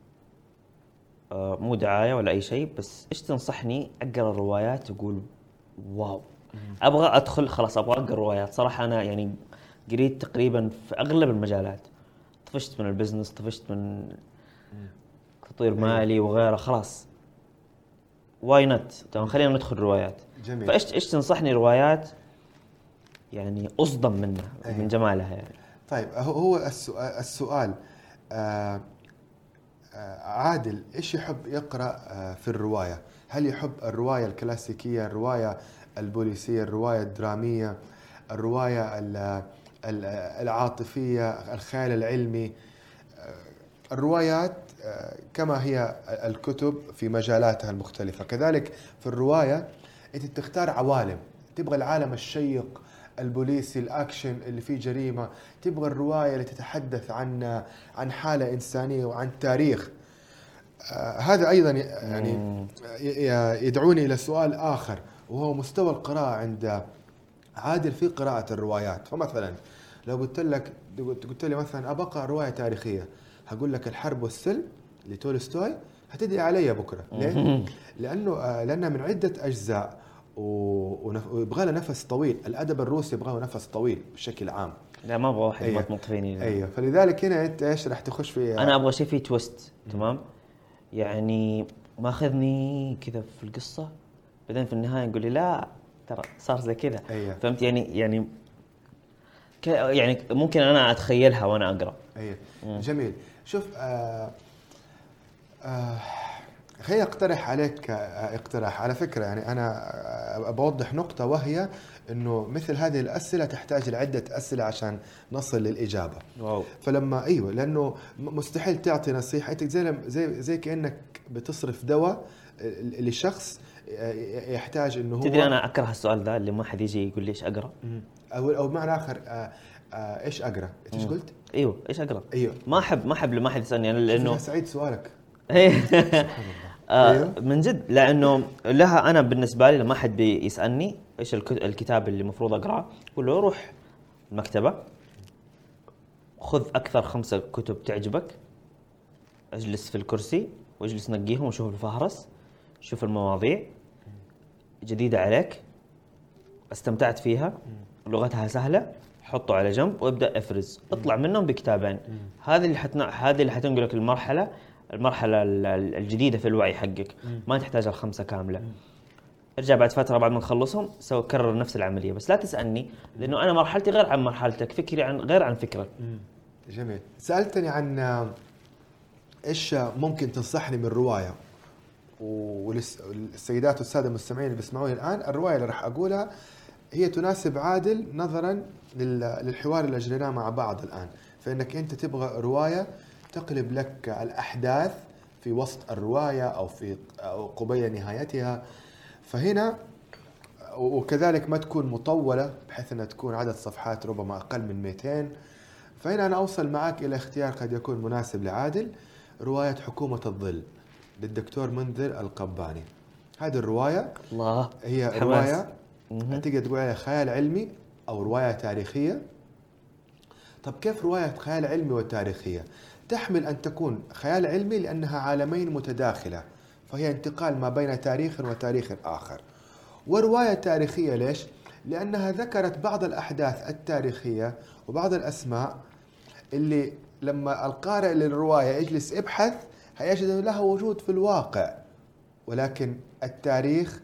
Speaker 1: مو دعاية ولا أي شيء، بس إيش تنصحني أقرأ الروايات وأقول واو أبغى أدخل خلاص أبغى أقرأ روايات؟ صراحة أنا يعني قريت تقريبا في أغلب المجالات، طفشت من البزنس، طفشت من تطوير مالي وغيره، خلاص واي نوت. تمام، خلينا ندخل روايات.
Speaker 2: جميل.
Speaker 1: فإيش تنصحني روايات يعني أصدم منها من جمالها يعني؟
Speaker 2: طيب هو السؤال عادل إيش يحب يقرأ في الرواية؟ هل يحب الرواية الكلاسيكية، الرواية البوليسية، الرواية الدرامية، الرواية العاطفية، الخيال العلمي؟ الروايات كما هي الكتب في مجالاتها المختلفة، كذلك في الرواية أنت تختار عوالم. تبغى العالم الشيق البوليسي الأكشن اللي فيه جريمة، تبغى الرواية اللي تتحدث عن حالة إنسانية وعن تاريخ. هذا أيضا يعني يدعوني إلى سؤال آخر، وهو مستوى القراءة عند عادل في قراءة الروايات. فمثلا لو قلت لي مثلا أبقى أقرأ رواية تاريخية، هقول لك الحرب والسلم لتولستوي، هتدعي علي بكرة. ليه؟ لأنها من عدة أجزاء ويبغى له نفس طويل. الأدب الروسي يبغى له نفس طويل بشكل عام.
Speaker 1: لا ما أبغى واحد مطمط فيني.
Speaker 2: أيوة، فلذلك هنا أنت إيش راح تخش فيه؟
Speaker 1: أنا أبغى شيء فيه تويست. تمام، يعني ما أخذني كذا في القصة بعدين في النهاية يقول لي لا ترى صار زي كذا.
Speaker 2: أيوة.
Speaker 1: فهمت يعني ممكن أنا أتخيلها وأنا أقرأ.
Speaker 2: أيوة. جميل. شوف خليني أقترح عليك اقتراح على فكرة. يعني أنا بوضح نقطة، وهي إنه مثل هذه الأسئلة تحتاج لعدة أسئلة عشان نصل للإجابة.
Speaker 1: واو.
Speaker 2: فلما لأنه مستحيل تعطي نصيحة. أنت زي كأنك بتصرف دواء لشخص يحتاج إنه هو.
Speaker 1: تدري أنا أكره السؤال ذا اللي ما حد يجي يقول لي إيش أقرأ.
Speaker 2: أو معنى آخر إيش أقرأ؟ إيش قلت؟
Speaker 1: أيوه إيش أقرأ؟
Speaker 2: أيوه.
Speaker 1: ما أحب لما حد يسألني أنا، لأنه
Speaker 2: سعيد سؤالك.
Speaker 1: من جد، لانه لها انا بالنسبه لي لما حد بيسالني ايش الكتاب اللي المفروض اقراه، اقول له روح المكتبه، خذ اكثر 5 كتب تعجبك، اجلس في الكرسي واجلس نقيهم وشوف الفهرس، شوف المواضيع جديده عليك، استمتعت فيها، لغتها سهله، حطه على جنب وابدا افرز، اطلع منهم بكتابين. هذه اللي حتنقلك المرحله الجديده في الوعي حقك. ما تحتاج ال5 كامله. ارجع بعد فتره بعد ما نخلصهم كرر نفس العمليه، بس لا تسالني لانه انا مرحلتي غير عن مرحلتك، فكري غير عن فكرك.
Speaker 2: جميل. سالتني عن ايش ممكن تنصحني من روايه، والسيدات والساده المستمعين اللي بيسمعوني الان، الروايه اللي راح اقولها هي تناسب عادل نظرا للحوار اللي اجريناه مع بعض الان، فانك انت تبغى روايه تقلب لك الاحداث في وسط الروايه او قبيل نهايتها. فهنا وكذلك ما تكون مطوله بحيث انها تكون عدد صفحات ربما اقل من 200. فهنا انا اوصل معك الى اختيار قد يكون مناسب لعادل، روايه حكومه الظل للدكتور منذر القباني. هذه الروايه
Speaker 1: الله
Speaker 2: هي
Speaker 1: حماس.
Speaker 2: روايه تقدر تقول عليها خيال علمي او روايه تاريخيه. طب كيف روايه خيال علمي وتاريخيه؟ تحمل ان تكون خيال علمي لانها عالمين متداخله، فهي انتقال ما بين تاريخ وتاريخ اخر. وروايه تاريخيه ليش؟ لانها ذكرت بعض الاحداث التاريخيه وبعض الاسماء اللي لما القارئ للروايه يجلس يبحث هيجد لها وجود في الواقع، ولكن التاريخ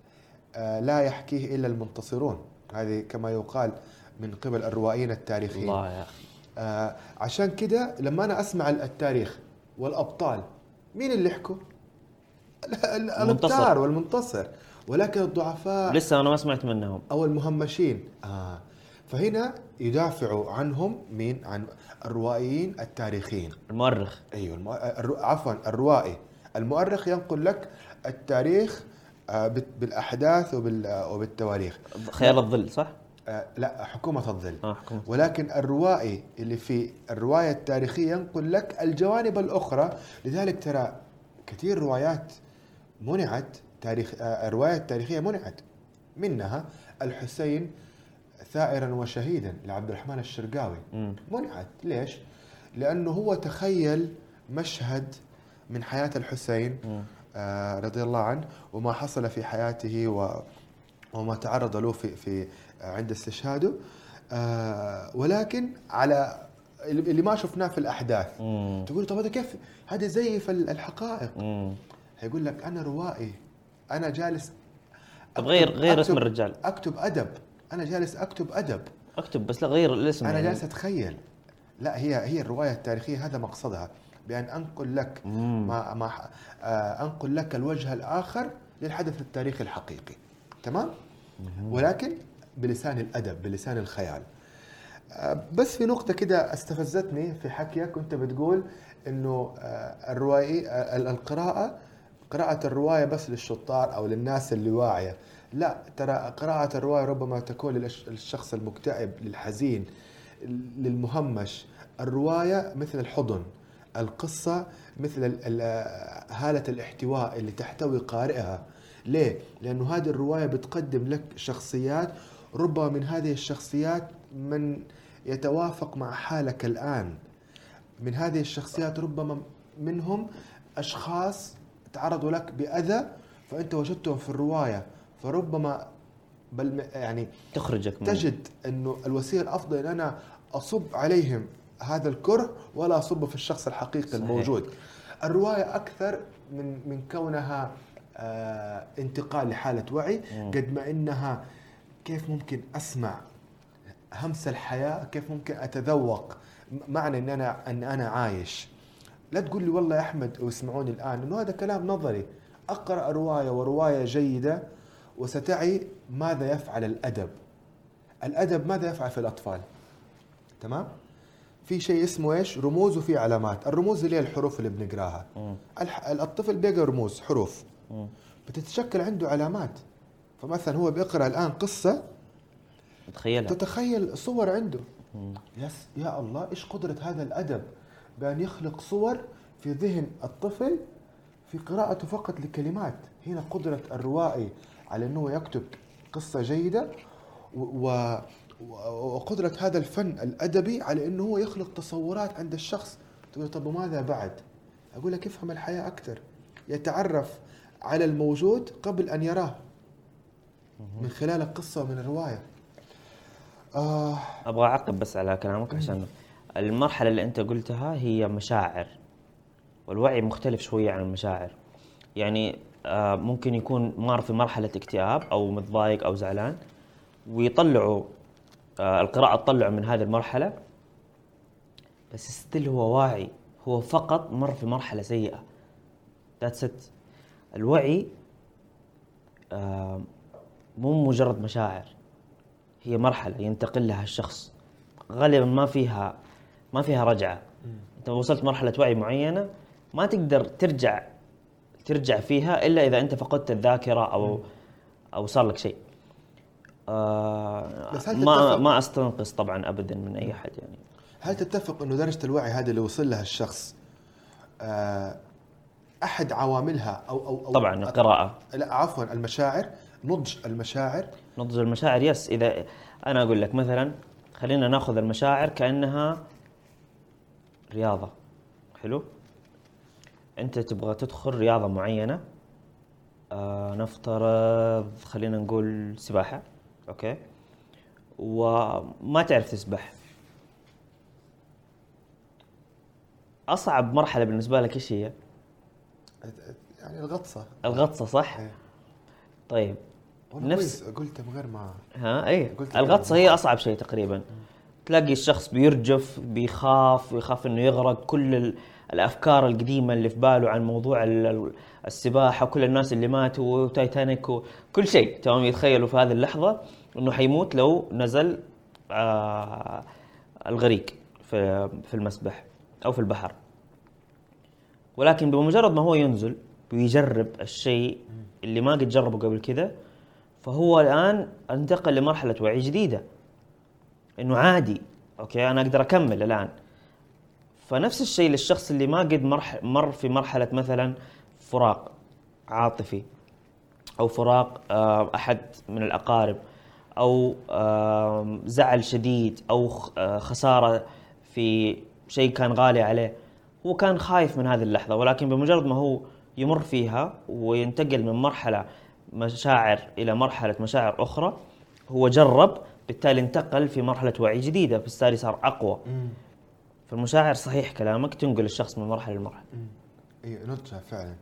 Speaker 2: لا يحكيه إلا المنتصرون. هذه كما يقال من قبل الروائيين التاريخيين.
Speaker 1: الله يا أخي.
Speaker 2: عشان كده لما أنا أسمع التاريخ والأبطال، مين اللي يحكوا؟ الأبطال والمنتصر، ولكن الضعفاء
Speaker 1: لسه أنا ما سمعت منهم
Speaker 2: أو المهمشين. فهنا يدافعوا عنهم مين؟ عن الروائيين التاريخيين.
Speaker 1: المؤرخ.
Speaker 2: أيوة عفوا الروائي. المؤرخ ينقل لك التاريخ بالأحداث وبالتواريخ.
Speaker 1: خيال الظل صح؟
Speaker 2: لا، حكومة الظل.
Speaker 1: حكومة.
Speaker 2: ولكن الروائي اللي في الرواية التاريخية ينقل لك الجوانب الأخرى. لذلك ترى كثير روايات منعت الرواية التاريخية منعت، منها الحسين ثائرا وشهيدا لعبد الرحمن الشرقاوي. منعت ليش؟ لأنه هو تخيل مشهد من حياة الحسين رضي الله عنه وما حصل في حياته وما تعرض له في عند استشهاده، ولكن على اللي ما شفناه في الأحداث. تقول طب هذا كيف؟ هذا زي في الحقائق. هيقول لك أنا روائي، أنا جالس.
Speaker 1: طب غير اسم الرجال.
Speaker 2: أكتب أدب. أنا جالس أكتب أدب.
Speaker 1: أكتب بس لا غير الاسم.
Speaker 2: أنا جالس أتخيل. لا، هي الرواية التاريخية هذا مقصدها، بأن أنقل لك أنقل لك الوجه الآخر للحدث التاريخي الحقيقي. تمام؟ ولكن بلسان الأدب، بلسان الخيال. بس في نقطة كده استفزتني في حكيك، كنت بتقول إنه قراءة الرواية بس للشطار أو للناس اللي واعية. لا، ترى قراءة الرواية ربما تكون للشخص المكتئب، للحزين، للمهمش. الرواية مثل الحضن، القصة مثل هالة الاحتواء اللي تحتوي قارئها. ليه؟ لأنه هذه الرواية بتقدم لك شخصيات، ربما من هذه الشخصيات من يتوافق مع حالك الآن. من هذه الشخصيات ربما منهم أشخاص تعرضوا لك بأذى فأنت وجدتهم في الرواية، فربما يعني
Speaker 1: تخرجك
Speaker 2: تجد أنه الوسيلة الأفضل أن أنا أصب عليهم هذا الكره ولا أصب في الشخص الحقيقي. صحيح. الموجود. الرواية أكثر من كونها انتقال لحالة وعي، قد ما إنها كيف ممكن أسمع همس الحياة، كيف ممكن أتذوق معنى أن أنا عايش. لا تقول لي والله يا أحمد واسمعوني الآن إنه هذا كلام نظري. أقرأ رواية ورواية جيدة وستعي ماذا يفعل الأدب. الأدب ماذا يفعل في الأطفال؟ تمام؟ في شيء اسمه إيش؟ رموز وفي علامات. الرموز اللي هي الحروف اللي بنقراها. الطفل بيقرأ رموز حروف، بتتشكل عنده علامات. فمثلا هو بيقرأ الآن قصة تتخيل صور عنده. يا الله إيش قدرة هذا الأدب بأن يخلق صور في ذهن الطفل في قراءته فقط لكلمات. هنا قدرة الروائي على أنه يكتب قصة جيدة وقدرة هذا الفن الأدبي على أنه هو يخلق تصورات عند الشخص. تقول طب وماذا بعد؟ أقول لك افهم الحياة أكثر، يتعرف على الموجود قبل أن يراه من خلال القصة ومن الرواية.
Speaker 1: أبغى أعقب بس على كلامك، عشان المرحلة اللي أنت قلتها هي مشاعر، والوعي مختلف شوية عن المشاعر. يعني ممكن يكون مار في مرحلة اكتئاب أو متضايق أو زعلان، ويطلعوا القراءة تطلعه من هذه المرحلة، بس ستيل هو واعي، هو فقط مر في مرحلة سيئة. That's it. الوعي مو مجرد مشاعر، هي مرحلة ينتقل لها الشخص، غالبا ما فيها رجعة. انت وصلت مرحلة وعي معينة ما تقدر ترجع فيها إلا إذا أنت فقدت الذاكرة أو صار لك شيء. ما أستنقص طبعا أبدا من أي أحد. يعني
Speaker 2: هل تتفق أنه درجة الوعي هذه اللي وصل لها الشخص أحد عواملها أو
Speaker 1: طبعا القراءة،
Speaker 2: لا عفوا المشاعر، نضج المشاعر
Speaker 1: يس. إذا أنا أقول لك مثلا، خلينا نأخذ المشاعر كأنها رياضة. حلو، أنت تبغى تدخل رياضة معينة، نفترض خلينا نقول سباحة، أوكي، وما تعرف تسبح. أصعب مرحلة بالنسبة لك إيش هي؟
Speaker 2: يعني الغطسة
Speaker 1: صح؟
Speaker 2: أيه.
Speaker 1: طيب
Speaker 2: نفس قلت من غير ما
Speaker 1: أي الغطسة هي أصعب شيء تقريبا. تلاقي الشخص بيرجف، ويخاف إنه يغرق. كل الأفكار القديمة اللي في باله عن موضوع السباحة وكل الناس اللي ماتوا وتايتانيك وكل شيء، تمام، يتخيلوا في هذه اللحظة إنه حيموت لو نزل الغريق في المسبح أو في البحر. ولكن بمجرد ما هو ينزل ويجرب الشيء اللي ما قد جربه قبل كده، فهو الآن انتقل لمرحلة وعي جديدة، إنه عادي، أوكي، أنا أقدر أكمل الآن. فنفس الشيء للشخص اللي ما قد مر في مرحلة مثلا فراق عاطفي، أو فراق أحد من الأقارب، أو زعل شديد، أو خسارة في شيء كان غالي عليه. هو كان خايف من هذه اللحظة، ولكن بمجرد ما هو يمر فيها وينتقل من مرحلة مشاعر إلى مرحلة مشاعر أخرى، هو جرب، بالتالي انتقل في مرحلة وعي جديدة، بالتالي صار أقوى. فالمشاعر صحيح كلامك تنقل الشخص من مرحلة لمرحلة.
Speaker 2: إيه نضجها فعلا.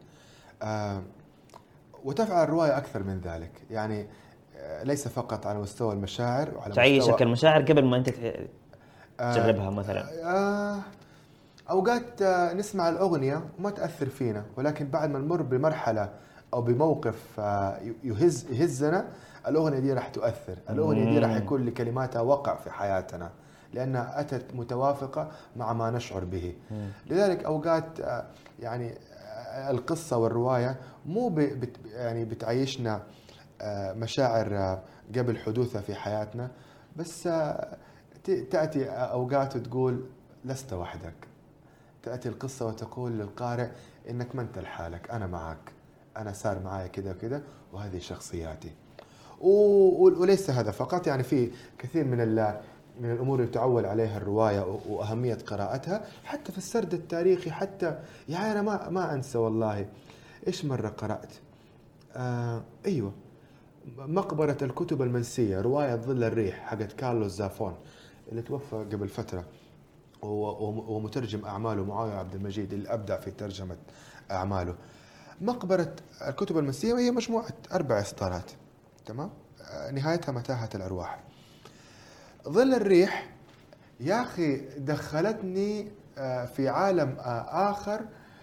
Speaker 2: وتفعل الرواية أكثر من ذلك، يعني ليس فقط على مستوى المشاعر، وعلى
Speaker 1: تعيشك المشاعر قبل ما أنت تجربها. مثلا
Speaker 2: أوقات نسمع الأغنية وما تأثر فينا، ولكن بعد ما نمر بمرحلة أو بموقف يهزنا، الأغنية دي راح تؤثر. الأغنية دي راح يكون لكلماتها وقع في حياتنا، لأنها أتت متوافقة مع ما نشعر به. لذلك أوقات يعني القصة والرواية مو يعني بتعيشنا مشاعر قبل حدوثها في حياتنا، بس تأتي أوقات وتقول لست وحدك. تأتي القصة وتقول للقارئ إنك ما أنت لحالك، أنا معك، أنا صار معايا كذا وكذا، وهذه شخصياتي. وليس هذا فقط، يعني في كثير من الأمور اللي تعول عليها الرواية وأهمية قراءتها، حتى في السرد التاريخي. حتى يعني أنا ما أنسى والله إيش مرة قرأت أيوة، مقبرة الكتب المنسية، رواية ظل الريح حقت كارلوس زافون اللي توفى قبل فترة، ومترجم أعماله معاوية عبد المجيد اللي أبدع في ترجمة أعماله. مقبرة الكتب المنسية وهي مجموعة 4 إصدارات، تمام، نهايتها متاهة الأرواح. ظل الريح يا أخي دخلتني في عالم آخر،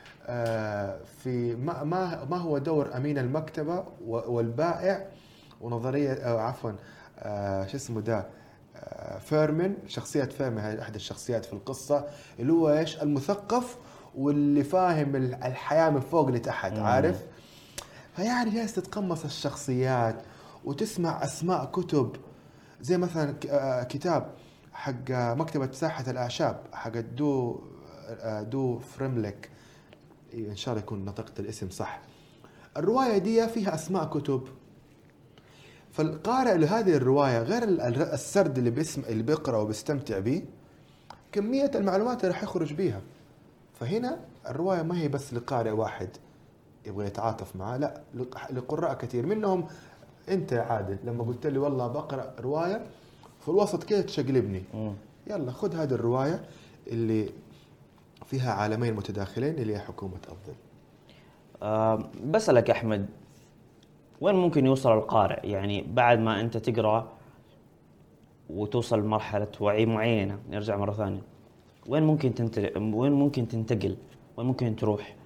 Speaker 2: في ما هو دور أمين المكتبة والبائع، ونظرية عفوا شو اسمه ده، فيرمن، شخصية فيرمن هي أحد الشخصيات في القصة، اللي هو إيش، المثقف واللي فاهم الحياة من فوق لتحت، عارف. فيعني جالس تتقمص الشخصيات وتسمع أسماء كتب، زي مثلا كتاب حق مكتبة ساحة الأعشاب حق دو فريمليك، إن شاء الله يكون نطقت الاسم صح. الرواية دي فيها أسماء كتب، فالقارئ لهذه الرواية غير السرد اللي بيقرأ وبيستمتع به، كمية المعلومات اللي راح يخرج بيها. فهنا الرواية ما هي بس لقارئ واحد يبغى يتعاطف معاه، لا، لقراء كثير منهم. انت يا عادل لما قلت لي والله بقرأ رواية في الوسط كده تشقلبني، يلا خذ هذه الرواية اللي فيها عالمين متداخلين اللي هي حكومة الظل.
Speaker 1: بسألك أحمد، وين ممكن يوصل القارئ يعني بعد ما أنت تقرأ وتوصل لمرحلة وعي معينة؟ نرجع مرة ثانية، وين ممكن تنتقل؟ وين ممكن تروح؟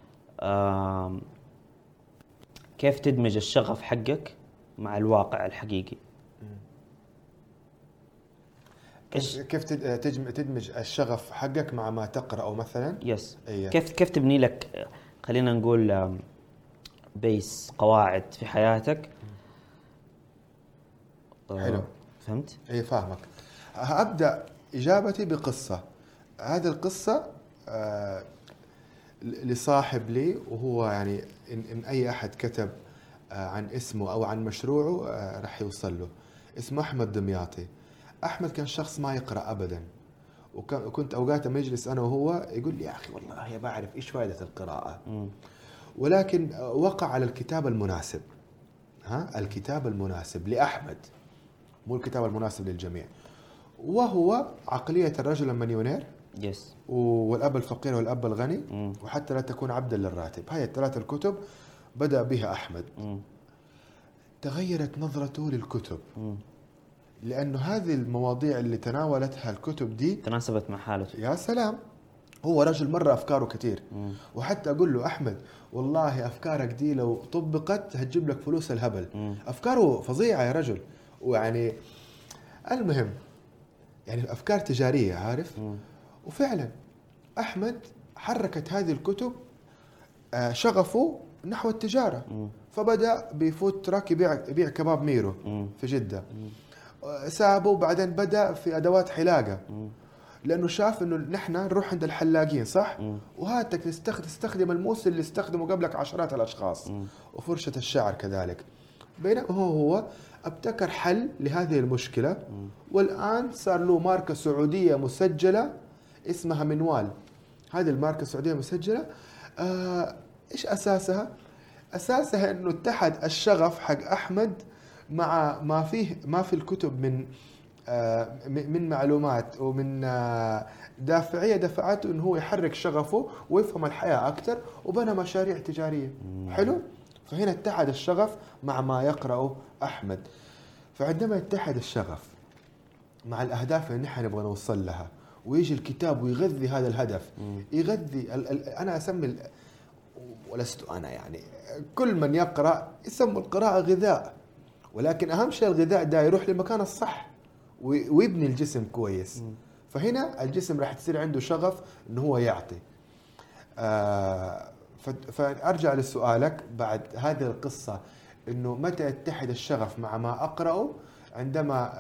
Speaker 1: كيف تدمج الشغف حقك مع الواقع الحقيقي؟
Speaker 2: كيف تدمج الشغف حقك مع ما تقرأه مثلا؟
Speaker 1: يس. كيف تبني لك، خلينا نقول بيس، قواعد في حياتك.
Speaker 2: حلو،
Speaker 1: فهمت؟
Speaker 2: اي فاهمك. أبدأ إجابتي بقصة. هذه القصة لصاحب لي، وهو يعني إن أي أحد كتب عن اسمه أو عن مشروعه رح يوصل له. اسمه أحمد دمياطي. أحمد كان شخص ما يقرأ أبدا، وكنت أوقات مجلس أنا وهو يقول لي يا أخي والله بعرف إيش فائدة القراءة، ولكن وقع على الكتاب المناسب. الكتاب المناسب لأحمد، مو الكتاب المناسب للجميع، وهو عقلية الرجل المليونير، والأب الفقير والأب الغني، وحتى لا تكون عبدا للراتب. هاي الثلاث الكتب بدأ بها أحمد. تغيرت نظرته للكتب، لأنه هذه المواضيع اللي تناولتها الكتب دي
Speaker 1: تناسبت مع حالته.
Speaker 2: يا سلام، هو رجل مرة أفكاره كتير. وحتى أقول له أحمد والله أفكارك دي لو طبقت هتجيب لك فلوس الهبل. أفكاره فظيعة يا رجل، ويعني المهم يعني أفكار تجارية، عارف. وفعلا أحمد حركت هذه الكتب شغفه نحو التجارة. فبدأ بفوت تراك يبيع كباب ميرو في جدة. سابه، وبعدين بدأ في أدوات حلاقة، لأنه شاف إنه نحن نروح عند الحلاقين صح، وهاتك تستخدم الموس اللي استخدمه قبلك عشرات الأشخاص، وفرشة الشعر كذلك. بينما هو ابتكر حل لهذه المشكلة، والآن صار له ماركة سعودية مسجلة اسمها منوال. هذه الماركة السعودية مسجلة إيش أساسها؟ أساسها إنه اتحد الشغف حق أحمد مع ما في الكتب من معلومات ومن دافعية دفعته إنه هو يحرك شغفه ويفهم الحياة أكثر، وبنى مشاريع تجارية. حلو. فهنا اتحد الشغف مع ما يقرأه أحمد. فعندما يتحد الشغف مع الأهداف اللي نحن نبغى نوصل لها، ويجي الكتاب ويغذي هذا الهدف، يغذي أنا أسمي ولست أنا يعني كل من يقرأ يسمى القراءة غذاء، ولكن أهم شيء الغذاء ده يروح للمكان الصح ويبني الجسم كويس. فهنا الجسم راح تصير عنده شغف إنه هو يعطي. فأرجع لسؤالك بعد هذه القصة، إنه متى يتحد الشغف مع ما أقرأه؟ عندما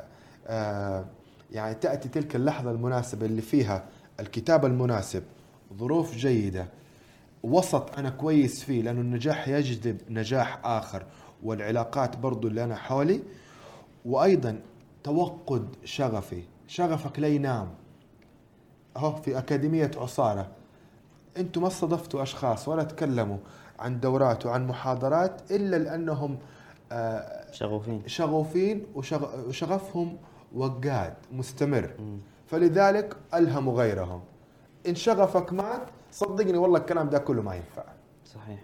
Speaker 2: يعني تأتي تلك اللحظة المناسبة اللي فيها الكتاب المناسب، ظروف جيدة، وسط أنا كويس فيه، لأنه النجاح يجذب نجاح آخر، والعلاقات برضو اللي أنا حولي، وأيضا توقد شغفك لا ينام. في أكاديمية عصارة أنتم ما استضفتوا أشخاص ولا تكلموا عن دورات وعن محاضرات إلا لأنهم شغوفين وشغفهم وقاد مستمر. فلذلك ألهموا غيرهم. إن شغفك مات صدقني والله الكلام ده كله ما ينفع.
Speaker 1: صحيح.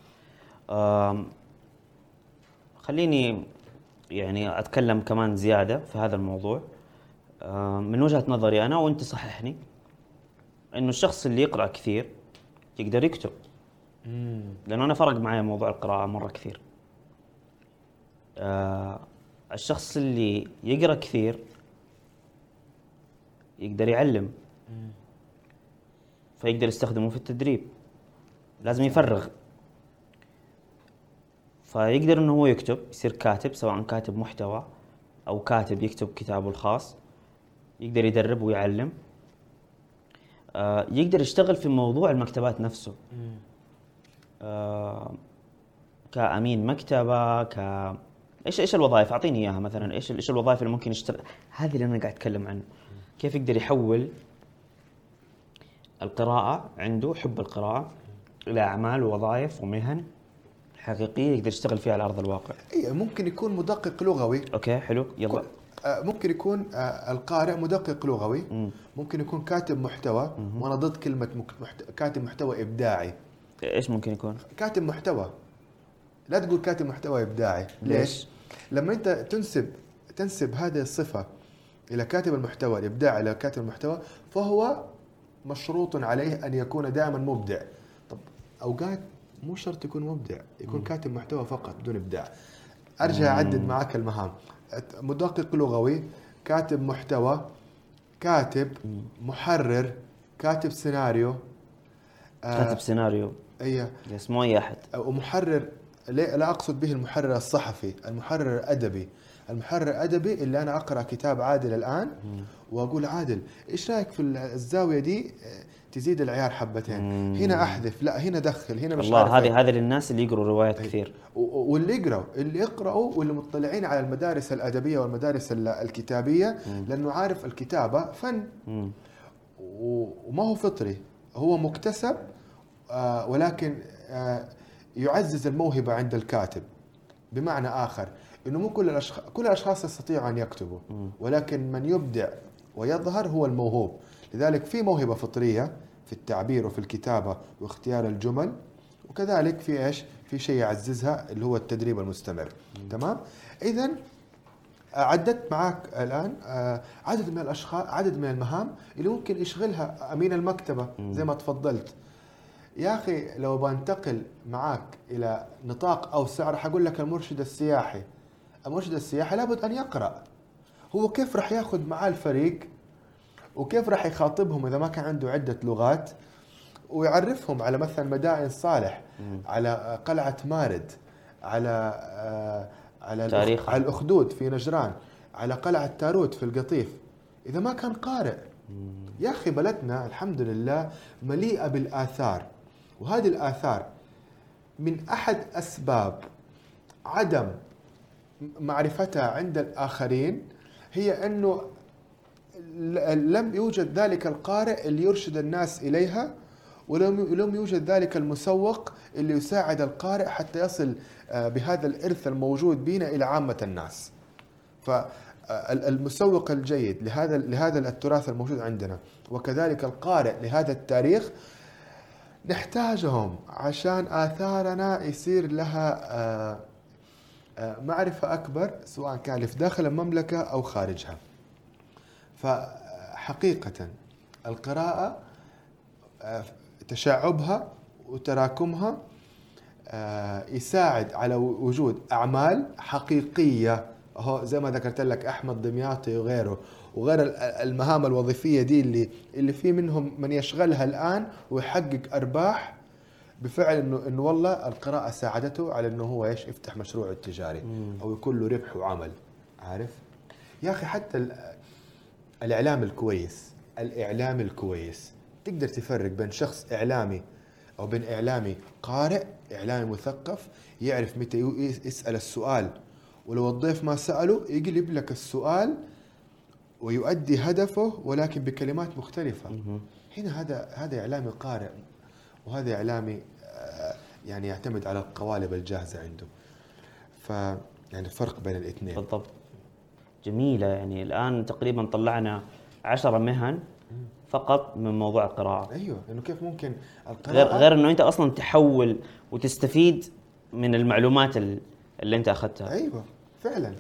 Speaker 1: خليني يعني أتكلم كمان زيادة في هذا الموضوع من وجهة نظري أنا، وأنت صححني. إنه الشخص اللي يقرأ كثير يقدر يكتب، لأنه أنا فرق معي موضوع القراءة مرة كثير. الشخص اللي يقرأ كثير يقدر يعلم، فيقدر يستخدمه في التدريب. لازم يفرغ، فيقدر إنه هو يكتب، يصير كاتب، سواء كاتب محتوى أو كاتب يكتب كتابه الخاص، يقدر يدرب ويعلم. يقدر يشتغل في موضوع المكتبات نفسه، كأمين مكتبة، ايش الوظائف؟ اعطيني اياها مثلا. ايش الوظائف اللي ممكن يشتغل؟ هذه اللي انا قاعد اتكلم عنه. كيف يقدر يحول القراءة، عنده حب القراءة، إلى أعمال ووظائف ومهن حقيقية يقدر يشتغل فيها على أرض الواقع.
Speaker 2: إيه، ممكن يكون مدقق لغوي.
Speaker 1: أوكي حلو، يلا.
Speaker 2: ممكن يكون القارئ مدقق لغوي. ممكن يكون كاتب محتوى، وأنا ضد كلمة كاتب محتوى إبداعي.
Speaker 1: إيش ممكن يكون؟
Speaker 2: كاتب محتوى. لا تقول كاتب محتوى إبداعي. ليش؟ لما أنت تنسب هذه الصفة إلى كاتب المحتوى الإبداع، إلى كاتب المحتوى، فهو مشروط عليه أن يكون دائما مبدع. طب أوقات مو شرط يكون مبدع، يكون كاتب محتوى فقط بدون إبداع. أرجع أعدد معك المهام: مدقق لغوي، كاتب محتوى، كاتب، محرر، كاتب سيناريو.
Speaker 1: كاتب سيناريو،
Speaker 2: أيه،
Speaker 1: مو أي أحد.
Speaker 2: ومحرر، لا أقصد به المحرر الصحفي، المحرر الأدبي. المحرر الأدبي اللي أنا أقرأ كتاب عادل الآن وأقول عادل إيش رأيك في الزاوية دي، تزيد العيار حبتين، هنا أحذف، لا هنا دخل، هنا مش
Speaker 1: الله. هذه للناس اللي يقروا روايات كثير،
Speaker 2: واللي يقرأوا واللي مطلعين على المدارس الأدبية والمدارس الكتابية، لأنه عارف الكتابة فن وما هو فطري، هو مكتسب، ولكن يعزز الموهبة عند الكاتب. بمعنى آخر إنه مو كل الأشخاص يستطيعوا أن يكتبوا، ولكن من يبدع ويظهر هو الموهوب. لذلك في موهبة فطرية في التعبير وفي الكتابة واختيار الجمل، وكذلك في إيش؟ في شيء يعززها اللي هو التدريب المستمر. تمام؟ إذن عددت معك الآن عدد من الأشخاص، عدد من المهام اللي ممكن يشغلها أمين المكتبة زي ما تفضلت. يا أخي لو بنتقل معك إلى نطاق أوسع راح أقول لك المرشد السياحي. المرشد السياحي لابد أن يقرأ. هو كيف راح يأخذ معاه الفريق، وكيف راح يخاطبهم إذا ما كان عنده عدة لغات، ويعرفهم على مثلا مدائن صالح، على قلعة مارد، على الأخدود في نجران، على قلعة تاروت في القطيف، إذا ما كان قارئ. يا أخي بلدنا الحمد لله مليئة بالآثار، وهذه الآثار من أحد أسباب عدم معرفتها عند الآخرين هي أنه لم يوجد ذلك القارئ اللي يرشد الناس إليها، ولم يوجد ذلك المسوق اللي يساعد القارئ حتى يصل بهذا الإرث الموجود بنا إلى عامة الناس. فالمسوق الجيد لهذا التراث الموجود عندنا، وكذلك القارئ لهذا التاريخ، نحتاجهم عشان آثارنا يصير لها معرفة أكبر، سواء كان في داخل المملكة أو خارجها. فحقيقة القراءة تشعبها وتراكمها يساعد على وجود أعمال حقيقية، زي ما ذكرت لك أحمد دمياطي وغيره، وغير المهام الوظيفية دي اللي في منهم من يشغلها الآن ويحقق أرباح بفعل إنه والله القراءة ساعدته على إنه هو يفتح مشروع التجاري أو يكون له ربح وعمل. عارف يا أخي، حتى الإعلام الكويس تقدر تفرق بين شخص إعلامي أو بين إعلامي قارئ، إعلامي مثقف يعرف متى يسأل السؤال، ولو الضيف ما سأله يقلب لك السؤال ويؤدي هدفه ولكن بكلمات مختلفة. هنا هذا إعلامي قارئ، وهذا إعلامي يعني يعتمد على القوالب الجاهزة عنده. يعني فرق بين الاثنين
Speaker 1: بالضبط. جميلة. يعني الآن تقريبا طلعنا 10 مهن فقط من موضوع القراءة.
Speaker 2: أيوة، إنه كيف ممكن القراءة
Speaker 1: غير إنه أنت أصلا تحول وتستفيد من المعلومات اللي أنت أخذتها.
Speaker 2: أيوة فعلا.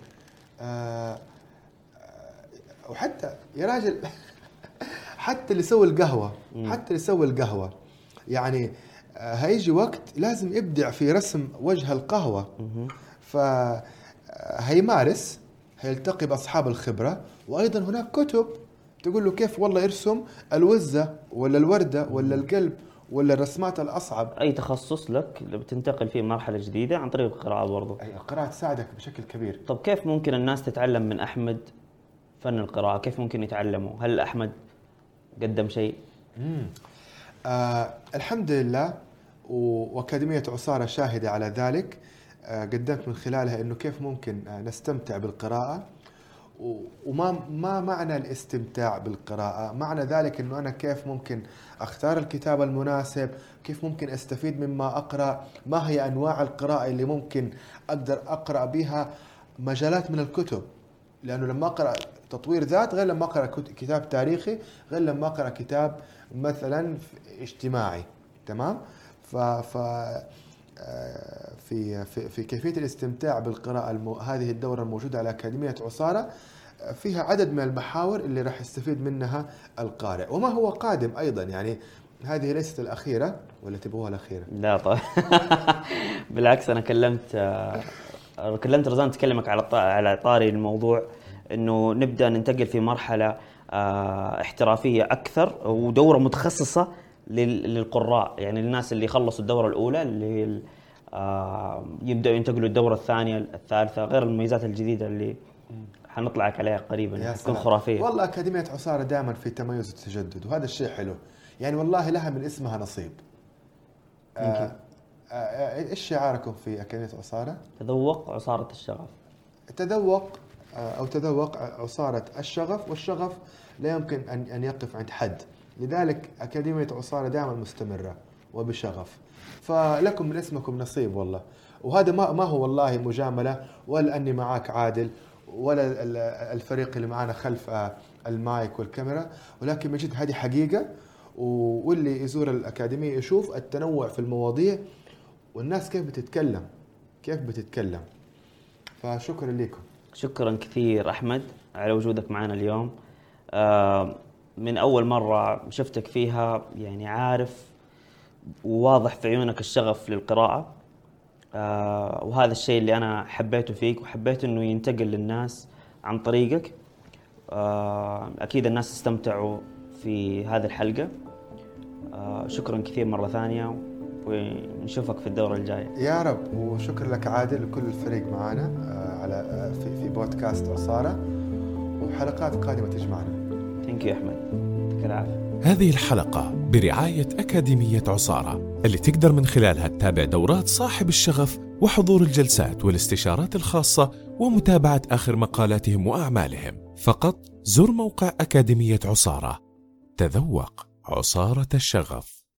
Speaker 2: وحتى يا راجل حتى اللي يسوي القهوة يعني هيجي وقت لازم يبدع في رسم وجه القهوة، فهيمارس، هيلتقي بأصحاب الخبرة، وأيضا هناك كتب تقول له كيف والله يرسم الوزة ولا الوردة ولا القلب ولا الرسمات الأصعب.
Speaker 1: أي تخصص لك اللي بتنتقل فيه مرحلة جديدة عن طريق القراءة برضو.
Speaker 2: أي القراءة تساعدك بشكل كبير.
Speaker 1: طب كيف ممكن الناس تتعلم من أحمد فن القراءة؟ كيف ممكن يتعلموا؟ هل أحمد قدم شيء
Speaker 2: الحمد لله، وأكاديمية عصارة شاهدة على ذلك. قدمت من خلالها أنه كيف ممكن نستمتع بالقراءة. وما معنى الاستمتاع بالقراءة؟ معنى ذلك أنه أنا كيف ممكن أختار الكتاب المناسب، كيف ممكن أستفيد مما أقرأ، ما هي أنواع القراءة اللي ممكن أقدر أقرأ بها مجالات من الكتب. لأنه لما أقرأ تطوير ذات غير لما أقرأ كتاب تاريخي، غير لما أقرأ كتاب مثلا اجتماعي. تمام؟ في كيفية الاستمتاع بالقراءة هذه الدورة الموجودة على أكاديمية عصارة فيها عدد من المحاور اللي راح يستفيد منها القارئ. وما هو قادم أيضا، يعني هذه ليست الأخيرة، ولا تبغوها الأخيرة؟
Speaker 1: لا طبعا. بالعكس، أنا كلمت رزان تكلمك على طاري الموضوع، إنه نبدأ ننتقل في مرحلة احترافية أكثر، ودورة متخصصة للقراء، يعني الناس اللي خلصوا الدورة الأولى اللي يبدأوا ينتقلوا الدورة الثانية الثالثة، غير المميزات الجديدة اللي حنطلعك عليها قريبا تكون خرافية.
Speaker 2: والله أكاديمية عصارة دائما في تميز وتجدد، وهذا الشيء حلو. يعني والله لها من اسمها نصيب. إيش شعاركم في أكاديمية عصارة؟
Speaker 1: تذوق عصارة الشغف.
Speaker 2: تذوق عصارة الشغف، والشغف لا يمكن أن يقف عند حد. لذلك أكاديمية عصارة دائما مستمرة وبشغف، فلكم من اسمكم نصيب والله. وهذا ما هو والله مجاملة، ولا أني معاك عادل، ولا الفريق اللي معانا خلف المايك والكاميرا، ولكن من جد هذه حقيقة. واللي يزور الأكاديمية يشوف التنوع في المواضيع والناس كيف بتتكلم. فشكرا لكم.
Speaker 1: شكرا كثير أحمد على وجودك معنا اليوم. من أول مرة شفتك فيها يعني عارف وواضح في عيونك الشغف للقراءة، وهذا الشيء اللي أنا حبيته فيك، وحبيت أنه ينتقل للناس عن طريقك. أكيد الناس استمتعوا في هذه الحلقة. شكرا كثير مرة ثانية، ونشوفك في الدورة الجاية
Speaker 2: يا رب. وشكرا لك عادل وكل الفريق معنا على في بودكاست عصارة، وحلقات قادمة تجمعنا.
Speaker 1: ثانك يو أحمد، يعطيك العافية.
Speaker 3: هذه الحلقة برعاية أكاديمية عصارة، اللي تقدر من خلالها تتابع دورات صاحب الشغف وحضور الجلسات والاستشارات الخاصة ومتابعة آخر مقالاتهم وأعمالهم. فقط زر موقع أكاديمية عصارة، تذوق عصارة الشغف.